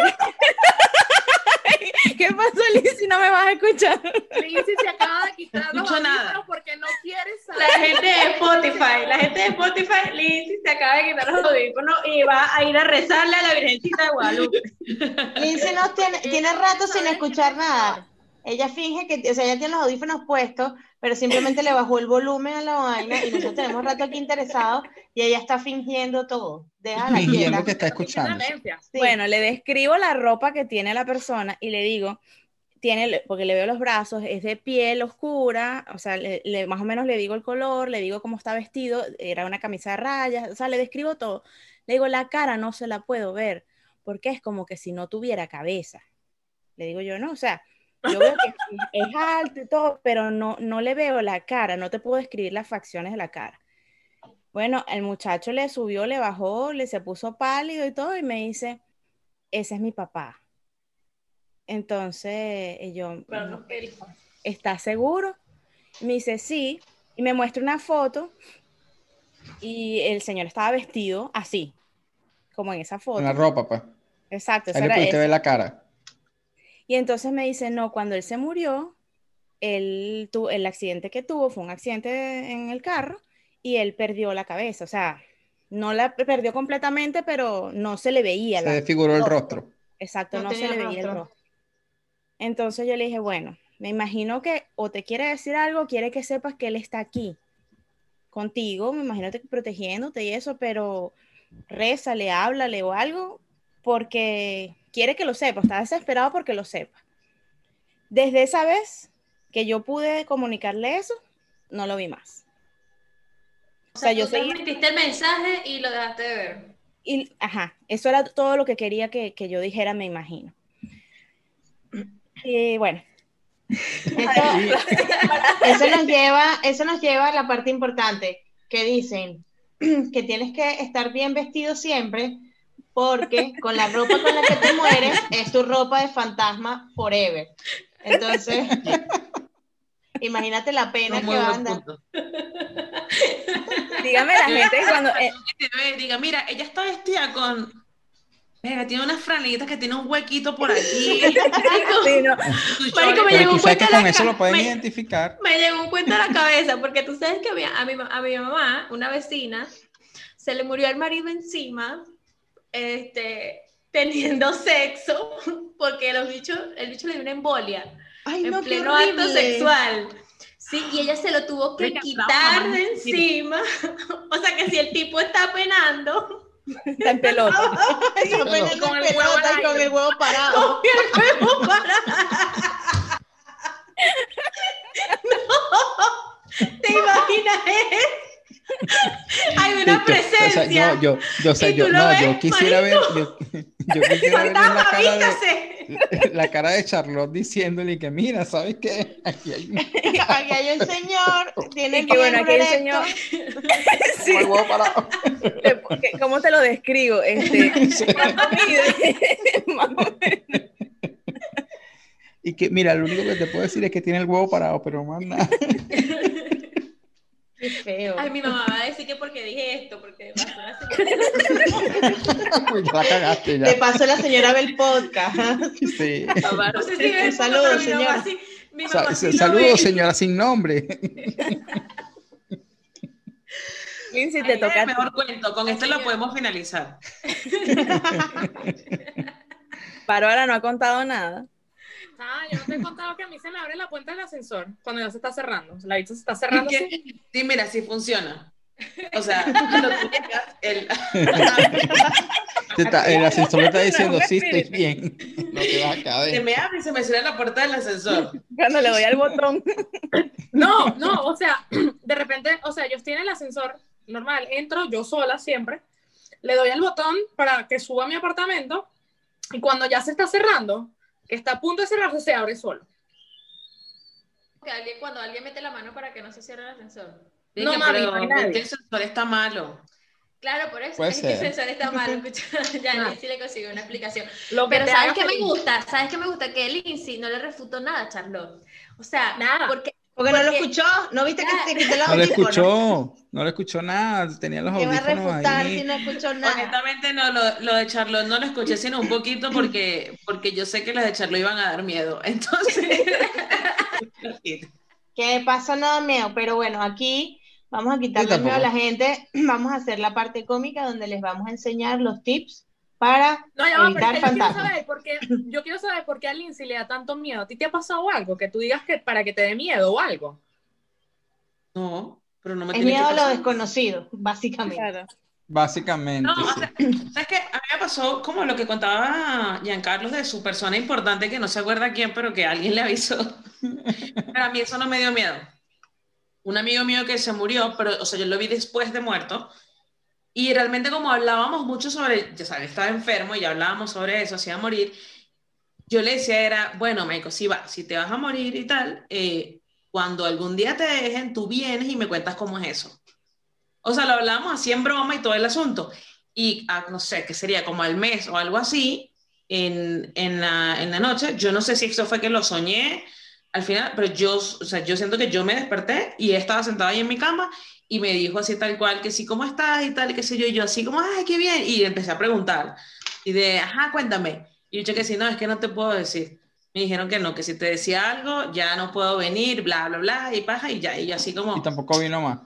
¿Qué pasó, Liz? Si no me vas a escuchar. Lindsay se acaba de quitar los escucho nada. audífonos porque no quiere saber. La gente de Spotify, Lindsay se acaba de quitar los audífonos y va a ir a rezarle a la Virgencita de Guadalupe. Lindsay tiene rato sin escuchar nada. Ella finge que, o sea, ella tiene los audífonos puestos, pero simplemente le bajó el volumen a la vaina y nosotros tenemos rato aquí interesados y ella está fingiendo todo. Déjala Fingiendo quieta. que está escuchando. Sí. Bueno, le describo la ropa que tiene la persona y le digo, porque le veo los brazos, es de piel oscura, o sea, más o menos le digo el color, le digo cómo está vestido, era una camisa de rayas, o sea, le describo todo. Le digo, la cara no se la puedo ver, porque es como que si no tuviera cabeza. Le digo yo, no, o sea, yo veo que es alto y todo, pero no le veo la cara, no te puedo describir las facciones de la cara. Bueno, el muchacho le subió, le bajó, se puso pálido y todo, y me dice, ese es mi papá. Entonces, yo, ¿estás seguro? Y me dice, sí, y me muestra una foto, y el señor estaba vestido así, como en esa foto. Con la ropa, pues. Exacto. Ahí le pudiste ver la cara. Y entonces me dice, no, cuando él se murió, el accidente que tuvo fue un accidente en el carro y él perdió la cabeza, o sea, no la perdió completamente, pero no se le veía. Se desfiguró el rostro. Exacto, No no se tenía le veía el rostro. rostro. Entonces yo le dije, bueno, me imagino que o te quiere decir algo, quiere que sepas que él está aquí contigo, me imagino que protegiéndote y eso, pero rézale, háblale o algo, porque quiere que lo sepa, está desesperado porque lo sepa. Desde esa vez que yo pude comunicarle eso, no lo vi más. O sea, yo tú seguí, transmitiste el mensaje y lo dejaste de ver. y, ajá, eso era todo lo que quería que yo dijera, me imagino. Y bueno, Eso nos lleva a la parte importante, que dicen que tienes que estar bien vestido siempre, porque con la ropa con la que te mueres es tu ropa de fantasma forever. Entonces, imagínate la pena que va a andar. dígame la gente cuando... Diga, mira, ella está vestida con... Mira, tiene unas franelitas que tiene un huequito por aquí. sí, no. Marico, me Pero llegó un quizás cuento que a con la eso lo pueden me- identificar. Me llegó un cuento a la cabeza, porque tú sabes que a mi mamá, una vecina, se le murió el marido encima, teniendo sexo, porque el bicho le dio una embolia Ay, en no, qué pleno acto horrible. sexual. Sí, y ella se lo tuvo que Oiga, quitar mamá, de encima. O sea que si el tipo está penando, Está en pelota. Ay, apenas con el en huevo pelota al y con aire. el huevo parado. con el huevo para. No, ¿te imaginas eso? Hay una Sí, presencia. yo Y tú lo ves, yo quisiera ver, yo quisiera ver Fantasma, la cara vístase. la cara de Charlotte diciéndole que mira, ¿sabes qué? Aquí hay un Aquí hay un señor, tiene Y que bueno, aquí hay un miembro señor. erecto. Sí, con el huevo parado. ¿cómo te lo describo? ¿Cuánto mide? Más o menos. Y que mira, lo único que te puedo decir es que tiene el huevo parado, pero más nada. Qué feo. Ay, mi mamá va a decir que porque dije esto, porque de paso la señora- Pues ya la cagaste De ya. paso, la señora ve el podcast. Sí. No sé si ve el Saludos, foto, pero mi mamá señora. sí- mi mamá sí lo ve. Saludos, señora sin nombre. Lindsay, te Ay, toca a ti. mejor cuento, con este lo podemos finalizar. Bárbara no ha contado nada. Ah, yo no te he contado que a mí se me abre la puerta del ascensor cuando ya se está cerrando. La bicha se está cerrando así. Sí, mira, sí funciona. O sea, cuando tú llegas, El ascensor le está No, diciendo, un sí, estoy espíritu. bien. No te vas a se caer. me abre y se me cierra la puerta del ascensor. Cuando le doy al botón. No, o sea, de repente, o sea, yo estoy en el ascensor normal, entro yo sola siempre, le doy al botón para que suba a mi apartamento y cuando ya se está cerrando, que está a punto de cerrarse, se abre solo. Cuando alguien mete la mano para que no se cierre el ascensor. Dije, No, mami, pero no hay nadie. el ascensor está malo. Claro, por eso Puede es que el ser. sensor está mal. Ya Ah. sí le consigo una explicación. Lo que Pero te ¿sabes haga qué me feliz. gusta? ¿Sabes qué me gusta? Que Lindsay no le refutó nada a Charlotte. O sea, Nada. porque Porque no lo Porque- escuchó. ¿No viste que se quitó los No lo audífonos? no lo escuchó nada. Tenía los ¿Qué va a audífonos refutar ahí. si no escuchó nada? Honestamente, no, lo de Charlotte no lo escuché, sino un poquito porque yo sé que las de Charlotte iban a dar miedo. Entonces, ¿Qué pasa? No da miedo, pero bueno, aquí vamos a quitarle Yo el miedo a la tampoco. gente. Vamos a hacer la parte cómica donde les vamos a enseñar los tips para No, ya va, pero evitar es que fantasmas. yo quiero saber por qué a Lindsay le da tanto miedo. ¿A ti te ha pasado algo? Que tú digas que para que te dé miedo o algo. no, pero no me Es tiene que miedo a lo pasar. desconocido, básicamente. Claro. Básicamente, No, o sí. sea, ¿sabes qué? A mí me pasó como lo que contaba Giancarlo de su persona importante, que no se acuerda quién, pero que alguien le avisó. Pero a mí eso no me dio miedo. Un amigo mío que se murió, pero, o sea, yo lo vi después de muerto, y realmente como hablábamos mucho sobre, ya sabes, estaba enfermo y hablábamos sobre eso, se iba a morir, yo le decía era, bueno, Michael, si te vas a morir y tal, cuando algún día te dejen, tú vienes y me cuentas cómo es eso. O sea, lo hablábamos así en broma y todo el asunto. Y no sé, que sería como al mes o algo así, en la noche, yo no sé si eso fue que lo soñé al final, pero yo siento que yo me desperté y estaba sentada ahí en mi cama y me dijo así tal cual, que sí, ¿cómo estás? Y tal, y qué sé yo, y yo así como, ay, qué bien, y empecé a preguntar, y ajá, cuéntame, y yo dije que sí, no, es que no te puedo decir, me dijeron que no, que si te decía algo, ya no puedo venir, bla, bla, bla, y paja, y ya, y yo así como, Y tampoco vino más.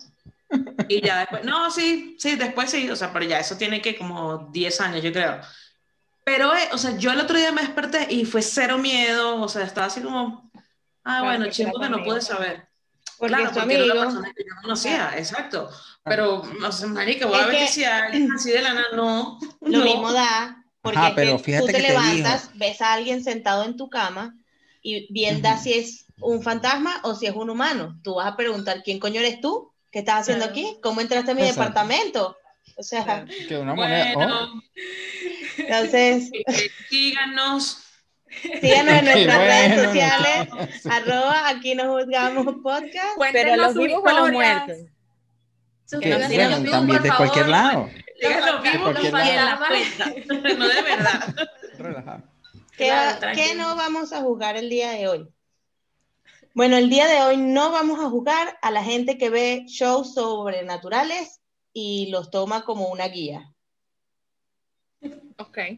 Y ya después, no, sí, después sí, o sea, pero ya eso tiene que como 10 años, yo creo. Pero, o sea, yo el otro día me desperté y fue cero miedo, o sea, estaba así como, bueno, chimbo que no pude saber. Porque Claro, es tu porque era una amigo. persona que yo no conocía, exacto. Pero, o sea, marica, voy a ver que si alguien así de la nada, no. Lo mismo da, porque Ajá, es pero que fíjate tú te que te levantas, ves a alguien sentado en tu cama y bien da si es un fantasma o si es un humano. Tú vas a preguntar, ¿quién coño eres tú? ¿Qué estás haciendo aquí? ¿Cómo entraste a mi Exacto. departamento? O sea, Que de una manera. Bueno, entonces, síganos. síganos en nuestras redes Bueno, sociales, @aquí nos juzgamos podcast. Pero a Cuéntenos los sus vivos o a los historias. muertos. Que, Suscríbanse bueno, en YouTube, también por de favor. cualquier lado. Díganlo vivo, cualquier los lado. fantasmas. No de verdad. Relajado. Claro, ¿Qué tranquilo. no vamos a juzgar el día de hoy? Bueno, el día de hoy no vamos a juzgar a la gente que ve shows sobrenaturales y los toma como una guía. Ok.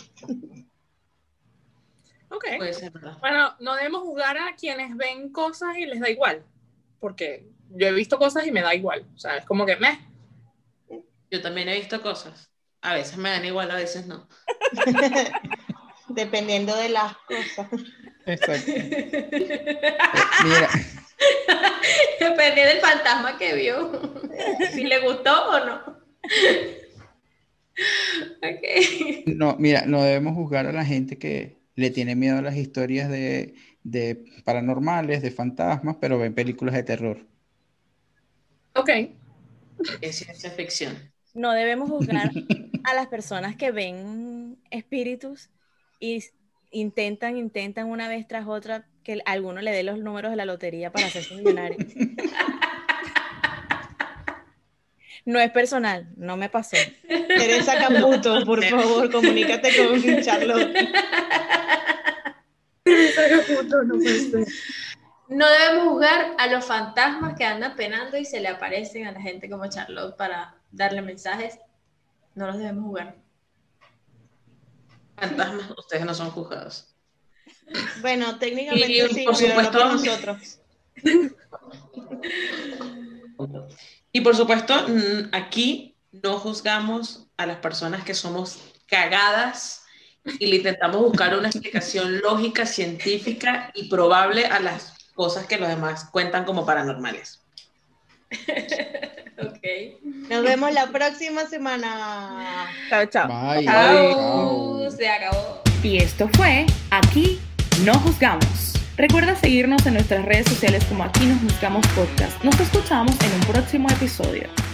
Ok. Puede ser verdad. Bueno, no debemos juzgar a quienes ven cosas y les da igual. Porque yo he visto cosas y me da igual. O sea, es como que Yo también he visto cosas. A veces me dan igual, a veces no. Dependiendo de las cosas. Exacto. Mira, Depende del fantasma que vio. Si le gustó o no. Ok. no, mira, no debemos juzgar a la gente que le tiene miedo a las historias de paranormales, de fantasmas, pero ven películas de terror. Ok. Es ciencia ficción. No debemos juzgar a las personas que ven espíritus y intentan una vez tras otra que alguno le dé los números de la lotería para hacerse millonario. No es personal, no me pasó. Teresa Caputo, por favor, comunícate con Charlotte. No debemos juzgar a los fantasmas que andan penando y se le aparecen a la gente como Charlotte para darle mensajes. No los debemos juzgar. Fantasmas, ustedes no son juzgados. Bueno, técnicamente Y, sí, por pero no supuesto, por nosotros. Y por supuesto, aquí no juzgamos a las personas que somos cagadas y le intentamos buscar una explicación lógica, científica y probable a las cosas que los demás cuentan como paranormales. Ok. Nos vemos la próxima semana. Chao, chao. Bye. Chao. Se acabó. Y esto fue Aquí No Juzgamos. Recuerda seguirnos en nuestras redes sociales como Aquí Nos Juzgamos Podcast. Nos escuchamos en un próximo episodio.